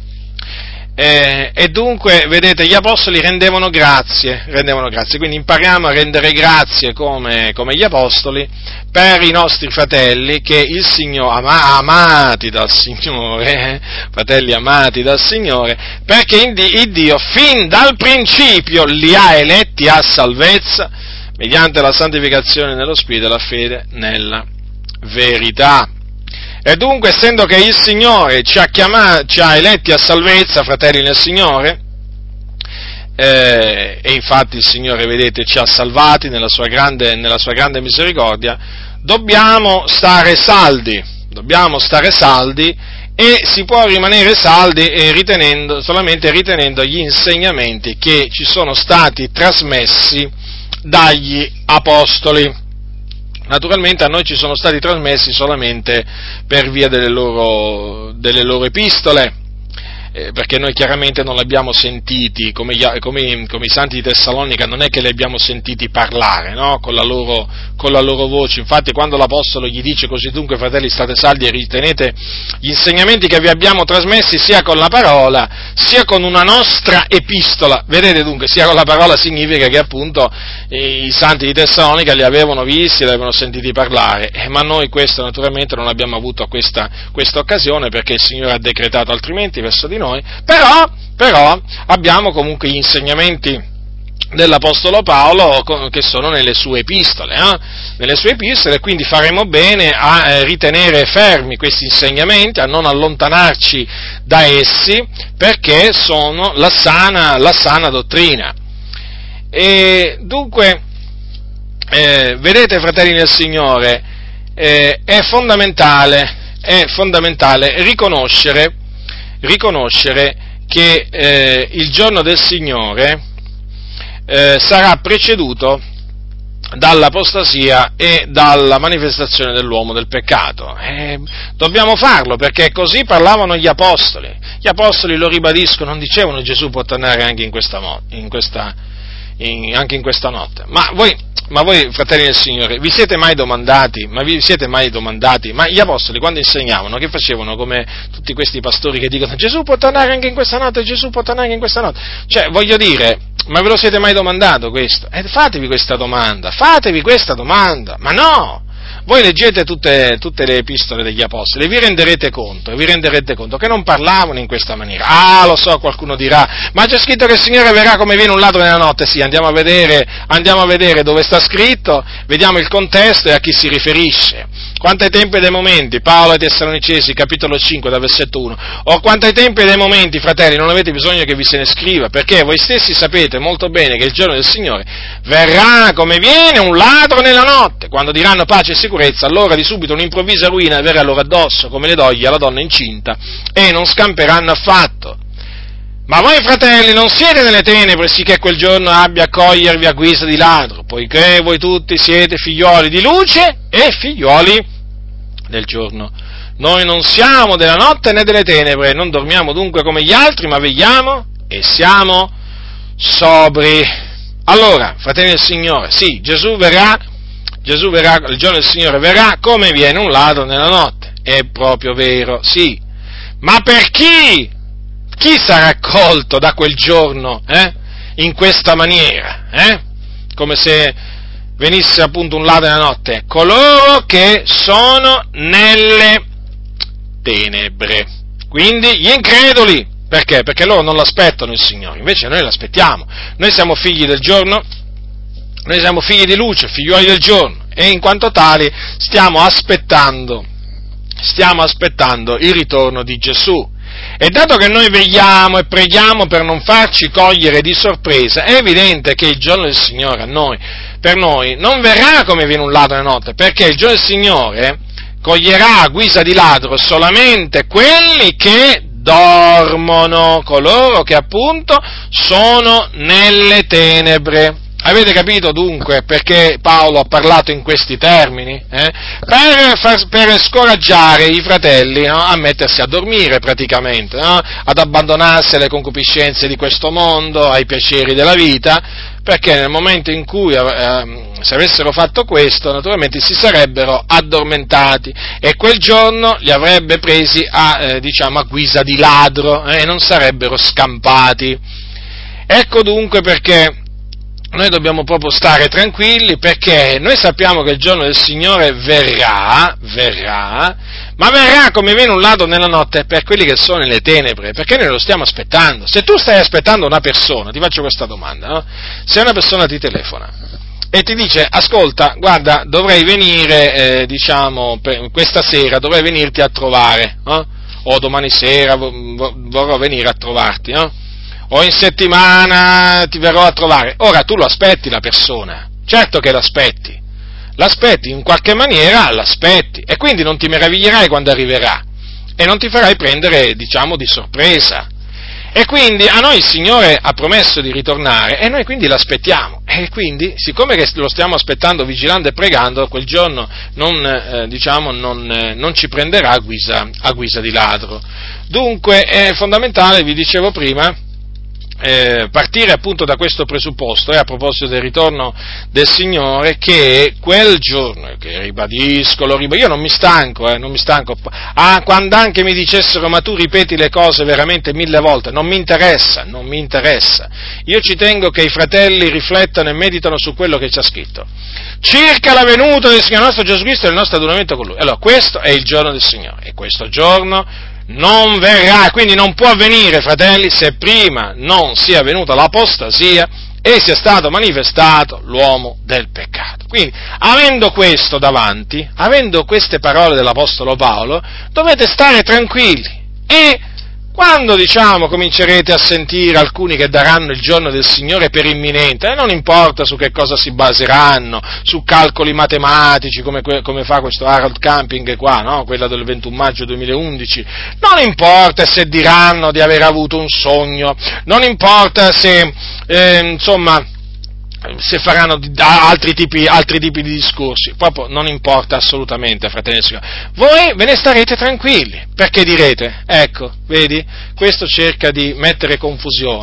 Eh, e dunque, vedete, gli apostoli rendevano grazie, rendevano grazie, quindi impariamo a rendere grazie come, come gli apostoli per i nostri fratelli che il Signore, ama, amati dal Signore, eh, fratelli amati dal Signore, perché il Dio fin dal principio li ha eletti a salvezza mediante la santificazione nello Spirito e la fede nella verità. E dunque, essendo che il Signore ci ha chiamati, ci ha eletti a salvezza, fratelli nel Signore, eh, e infatti il Signore, vedete, ci ha salvati nella sua grande, nella sua grande misericordia, dobbiamo stare saldi, dobbiamo stare saldi e si può rimanere saldi eh, ritenendo, solamente ritenendo gli insegnamenti che ci sono stati trasmessi dagli apostoli. Naturalmente a noi ci sono stati trasmessi solamente per via delle loro, delle loro epistole, eh, perché noi chiaramente non li abbiamo sentiti, come, gli, come, come i santi di Tessalonica, non è che li abbiamo sentiti parlare, no? con, la loro, con la loro voce. Infatti quando l'Apostolo gli dice così dunque fratelli state saldi e ritenete gli insegnamenti che vi abbiamo trasmessi sia con la parola, sia con una nostra epistola, vedete dunque, sia con la parola significa che appunto eh, i santi di Tessalonica li avevano visti, li avevano sentiti parlare, eh, ma noi questo naturalmente non abbiamo avuto questa, questa occasione perché il Signore ha decretato altrimenti verso di noi, però, però abbiamo comunque gli insegnamenti dell'Apostolo Paolo che sono nelle sue epistole, eh? nelle sue epistole, quindi faremo bene a eh, ritenere fermi questi insegnamenti, a non allontanarci da essi, perché sono la sana, la sana dottrina. E dunque, eh, vedete fratelli nel Signore, eh, è fondamentale, è fondamentale riconoscere, riconoscere che eh, il giorno del Signore eh, sarà preceduto dall'apostasia e dalla manifestazione dell'uomo del peccato. Eh, dobbiamo farlo perché così parlavano gli apostoli. Gli apostoli lo ribadiscono, non dicevano Gesù può tornare anche in questa, in questa, in, anche in questa notte. Ma voi, ma voi, fratelli del Signore, vi siete mai domandati, ma vi siete mai domandati, ma gli apostoli quando insegnavano, che facevano come tutti questi pastori che dicono Gesù può tornare anche in questa notte, Gesù può tornare anche in questa notte? Cioè, voglio dire, ma ve lo siete mai domandato questo? Eh, fatevi questa domanda, fatevi questa domanda, ma no! Voi leggete tutte, tutte le epistole degli apostoli e vi renderete conto, vi renderete conto che non parlavano in questa maniera. Ah, lo so, qualcuno dirà, ma c'è scritto che il Signore verrà come viene un ladro nella notte. Sì, andiamo a vedere, andiamo a vedere dove sta scritto, vediamo il contesto e a chi si riferisce. Quanto ai tempi e dei momenti, Paolo ai Tessalonicesi, capitolo cinque, da versetto uno, o quanto ai tempi e dei momenti, fratelli, non avete bisogno che vi se ne scriva, perché voi stessi sapete molto bene che il giorno del Signore verrà come viene un ladro nella notte. Quando diranno pace e sicurezza, allora di subito un'improvvisa ruina verrà loro addosso, come le doglie alla donna incinta, e non scamperanno affatto. Ma voi, fratelli, non siete nelle tenebre, sì che quel giorno abbia a cogliervi a guisa di ladro, poiché voi tutti siete figlioli di luce e figlioli del giorno. Noi non siamo della notte né delle tenebre, non dormiamo dunque come gli altri, ma vegliamo e siamo sobri. Allora, fratelli del Signore, sì, Gesù verrà, Gesù verrà, il giorno del Signore verrà come viene un ladro nella notte, è proprio vero, sì, ma per chi? Chi sarà accolto da quel giorno, eh? In questa maniera, eh? Come se venisse appunto un ladro nella notte? Coloro che sono nelle tenebre, quindi gli increduli. Perché? Perché loro non l'aspettano il Signore, invece noi l'aspettiamo. Noi siamo figli del giorno, noi siamo figli di luce, figliuoli del giorno, e in quanto tali stiamo aspettando, stiamo aspettando il ritorno di Gesù. E dato che noi vegliamo e preghiamo per non farci cogliere di sorpresa, è evidente che il giorno del Signore a noi, per noi, non verrà come viene un ladro nella notte, perché il giorno del Signore coglierà a guisa di ladro solamente quelli che dormono, coloro che appunto sono nelle tenebre. Avete capito dunque perché Paolo ha parlato in questi termini? Eh? Per, far, per scoraggiare i fratelli, no? A mettersi a dormire praticamente, no? Ad abbandonarsi alle concupiscenze di questo mondo, ai piaceri della vita, perché nel momento in cui eh, se avessero fatto questo, naturalmente si sarebbero addormentati e quel giorno li avrebbe presi a, eh, diciamo, a guisa di ladro eh, e non sarebbero scampati. Ecco dunque perché noi dobbiamo proprio stare tranquilli, perché noi sappiamo che il giorno del Signore verrà, verrà, ma verrà come viene un ladro nella notte per quelli che sono nelle tenebre, perché noi lo stiamo aspettando. Se tu stai aspettando una persona, ti faccio questa domanda, no? Se una persona ti telefona e ti dice, ascolta, guarda, dovrei venire, eh, diciamo, per questa sera, dovrei venirti a trovare, no? O domani sera vorrò venire a trovarti, no? O in settimana ti verrò a trovare. Ora tu lo aspetti la persona, certo che l'aspetti, l'aspetti in qualche maniera, l'aspetti, e quindi non ti meraviglierai quando arriverà, e non ti farai prendere, diciamo, di sorpresa. E quindi a noi il Signore ha promesso di ritornare, e noi quindi l'aspettiamo, e quindi, siccome che lo stiamo aspettando vigilando e pregando, quel giorno non, eh, diciamo, non, eh, non ci prenderà a guisa, a guisa di ladro. Dunque è fondamentale, vi dicevo prima, Eh, partire appunto da questo presupposto, e eh, a proposito del ritorno del Signore, che quel giorno, che ribadisco, lo ribadisco, io non mi stanco, eh, non mi stanco, ah, quando anche mi dicessero ma tu ripeti le cose veramente mille volte, non mi interessa, non mi interessa, io ci tengo che i fratelli riflettano e meditano su quello che c'è scritto, circa la venuta del Signore nostro Gesù Cristo e il nostro adunamento con Lui. Allora, questo è il giorno del Signore, e questo giorno non verrà, quindi non può avvenire, fratelli, se prima non sia venuta l'apostasia e sia stato manifestato l'uomo del peccato. Quindi, avendo questo davanti, avendo queste parole dell'Apostolo Paolo, dovete stare tranquilli, e quando, diciamo, comincerete a sentire alcuni che daranno il giorno del Signore per imminente, e eh, non importa su che cosa si baseranno, su calcoli matematici, come, come fa questo Harold Camping qua, no? Quella del ventuno maggio duemilaundici, non importa se diranno di aver avuto un sogno, non importa se, eh, insomma, se faranno altri tipi, altri tipi di discorsi, proprio non importa assolutamente, fratelli del Signore. Voi ve ne starete tranquilli, perché direte, ecco, vedi, questo cerca di mettere confusione,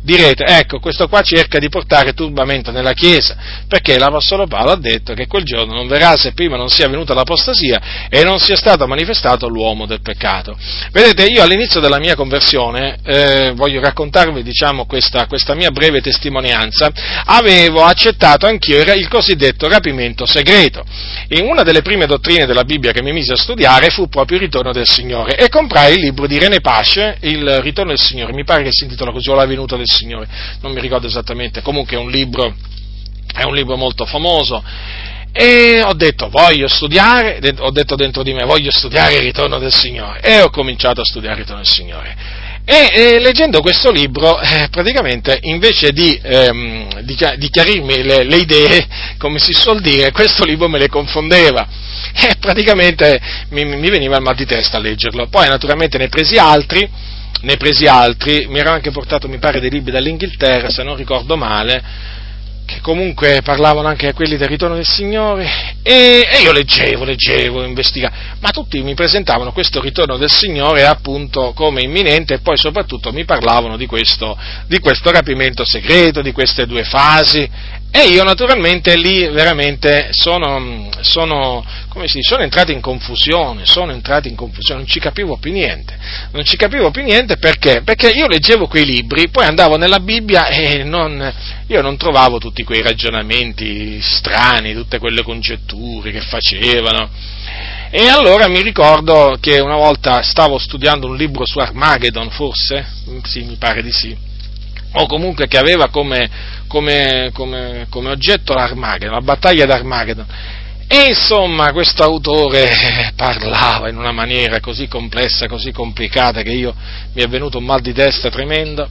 direte, ecco, questo qua cerca di portare turbamento nella Chiesa, perché l'Apostolo Paolo ha detto che quel giorno non verrà se prima non sia venuta l'apostasia e non sia stato manifestato l'uomo del peccato. Vedete, io all'inizio della mia conversione, eh, voglio raccontarvi, diciamo, questa, questa mia breve testimonianza, avevo accettato anch'io il cosiddetto rapimento segreto. In una delle prime dottrine della Bibbia che mi mise a studiare fu proprio il ritorno del Signore, e comprai il libro di René Pace, Il ritorno del Signore, mi pare che si intitola così, o La venuta del Signore, non mi ricordo esattamente, comunque è un libro, è un libro molto famoso, e ho detto, voglio studiare, ho detto dentro di me, voglio studiare il ritorno del Signore, e ho cominciato a studiare il ritorno del Signore. E eh, leggendo questo libro, eh, praticamente, invece di, ehm, di, di chiarirmi le, le idee, come si suol dire, questo libro me le confondeva, e praticamente mi, mi veniva il mal di testa a leggerlo. Poi naturalmente ne presi altri, ne presi altri, mi ero anche portato, mi pare, dei libri dall'Inghilterra, se non ricordo male, che comunque parlavano anche a quelli del ritorno del Signore, e, e io leggevo, leggevo, investigavo, ma tutti mi presentavano questo ritorno del Signore appunto come imminente, e poi soprattutto mi parlavano di questo, di questo rapimento segreto, di queste due fasi, e io naturalmente lì veramente sono, sono, come si dice, sono entrato in confusione, sono entrato in confusione, non ci capivo più niente, non ci capivo più niente perché? Perché io leggevo quei libri, poi andavo nella Bibbia e non, io non trovavo tutti quei ragionamenti strani, tutte quelle congetture che facevano. E allora mi ricordo che una volta stavo studiando un libro su Armageddon, forse? Sì, mi pare di sì. O comunque che aveva come, come, come, come oggetto l'Armageddon, la battaglia d'Armageddon. E insomma, questo autore parlava in una maniera così complessa, così complicata, che io mi è venuto un mal di testa tremendo,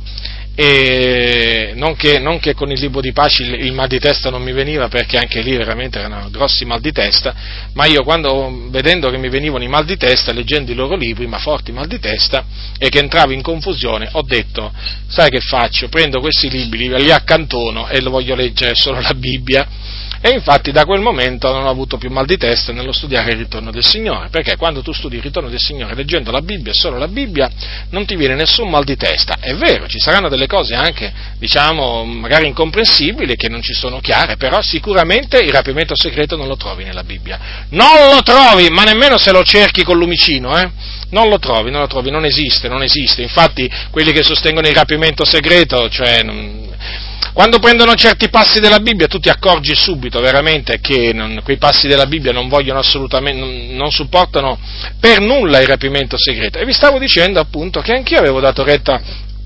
e non che, non che con il libro di Pace il, il mal di testa non mi veniva, perché anche lì veramente erano grossi mal di testa, ma io quando, vedendo che mi venivano i mal di testa, leggendo i loro libri, ma forti mal di testa, e che entravo in confusione, ho detto, sai che faccio? Prendo questi libri, li accantono e lo voglio leggere solo la Bibbia. E infatti da quel momento non ho avuto più mal di testa nello studiare il ritorno del Signore, perché quando tu studi il ritorno del Signore leggendo la Bibbia e solo la Bibbia non ti viene nessun mal di testa. È vero, ci saranno delle cose anche, diciamo, magari incomprensibili, che non ci sono chiare, però sicuramente il rapimento segreto non lo trovi nella Bibbia. Non lo trovi, ma nemmeno se lo cerchi con lumicino, eh? Non lo trovi, non lo trovi, non esiste, non esiste. Infatti quelli che sostengono il rapimento segreto, cioè... Non, quando prendono certi passi della Bibbia tu ti accorgi subito veramente che non, quei passi della Bibbia non vogliono assolutamente, non, non supportano per nulla il rapimento segreto. E vi stavo dicendo appunto che anch'io avevo dato retta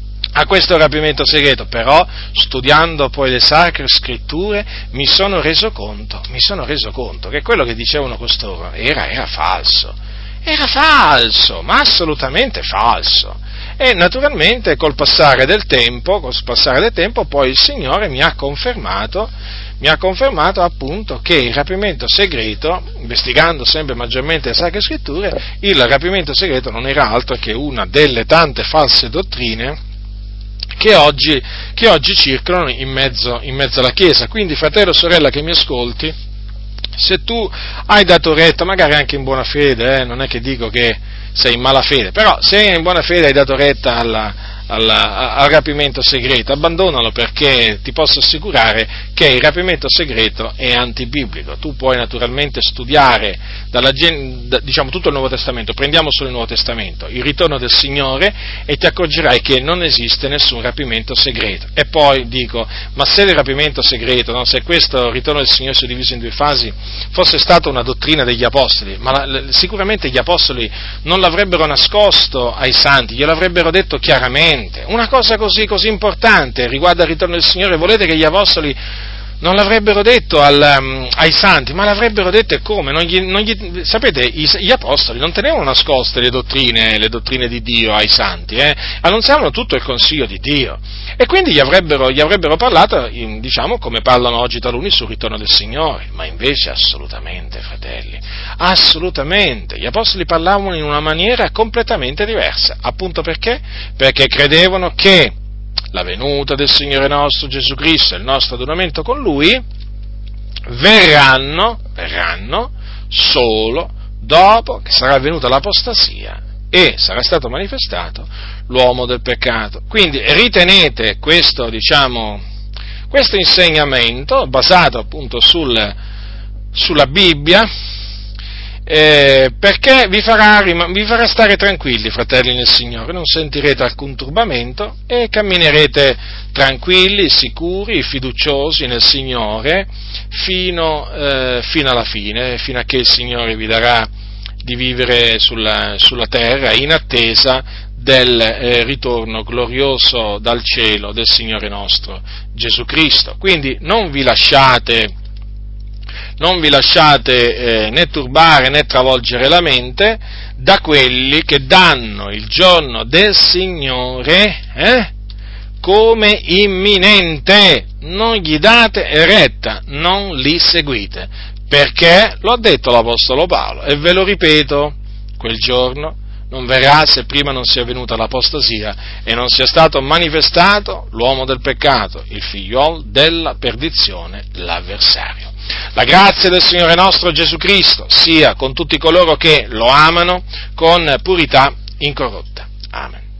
a questo rapimento segreto, però studiando poi le sacre scritture mi sono reso conto, mi sono reso conto che quello che dicevano costoro era, era falso, era falso, ma assolutamente falso. E naturalmente col passare del tempo, col passare del tempo poi il Signore mi ha confermato, mi ha confermato appunto che il rapimento segreto, investigando sempre maggiormente le Sacre Scritture, il rapimento segreto non era altro che una delle tante false dottrine che oggi, che oggi circolano in mezzo, in mezzo alla Chiesa. Quindi, fratello o sorella che mi ascolti, se tu hai dato retta, magari anche in buona fede, eh, non è che dico che sei in malafede, però se in buona fede hai dato retta alla, alla, al rapimento segreto, abbandonalo, perché ti posso assicurare che il rapimento segreto è antibiblico. Tu puoi naturalmente studiare dalla, diciamo tutto il Nuovo Testamento, prendiamo solo il Nuovo Testamento, il ritorno del Signore, e ti accorgerai che non esiste nessun rapimento segreto. E poi dico, ma se il rapimento segreto, no, se questo ritorno del Signore suddiviso in due fasi fosse stata una dottrina degli apostoli, ma la, sicuramente gli apostoli non l'avrebbero nascosto ai santi, gliel'avrebbero detto chiaramente. Una cosa così, così importante riguardo al ritorno del Signore, volete che gli apostoli non l'avrebbero detto al, um, ai santi, ma l'avrebbero detto, e come? Non gli, non gli, sapete, i, gli apostoli non tenevano nascoste le dottrine, le dottrine di Dio ai santi, eh? Annunziavano tutto il consiglio di Dio, e quindi gli avrebbero, gli avrebbero parlato, in, diciamo, come parlano oggi taluni sul ritorno del Signore, ma invece assolutamente, fratelli, assolutamente, gli apostoli parlavano in una maniera completamente diversa, appunto perché? Perché credevano che la venuta del Signore nostro Gesù Cristo e il nostro adunamento con Lui verranno, verranno solo dopo che sarà venuta l'apostasia e sarà stato manifestato l'uomo del peccato. Quindi ritenete questo, diciamo, questo insegnamento, basato appunto sul, sulla Bibbia, eh, perché vi farà, vi farà stare tranquilli, fratelli nel Signore, non sentirete alcun turbamento e camminerete tranquilli, sicuri, fiduciosi nel Signore fino, eh, fino alla fine, fino a che il Signore vi darà di vivere sulla, sulla terra in attesa del eh, ritorno glorioso dal cielo del Signore nostro Gesù Cristo. Quindi non vi lasciate non vi lasciate eh, né turbare né travolgere la mente da quelli che danno il giorno del Signore eh, come imminente. Non gli date retta, non li seguite, perché lo ha detto l'Apostolo Paolo, e ve lo ripeto, quel giorno non verrà se prima non sia venuta l'apostasia e non sia stato manifestato l'uomo del peccato, il figliuolo della perdizione, l'avversario. La grazia del Signore nostro Gesù Cristo sia con tutti coloro che lo amano con purità incorrotta. Amen.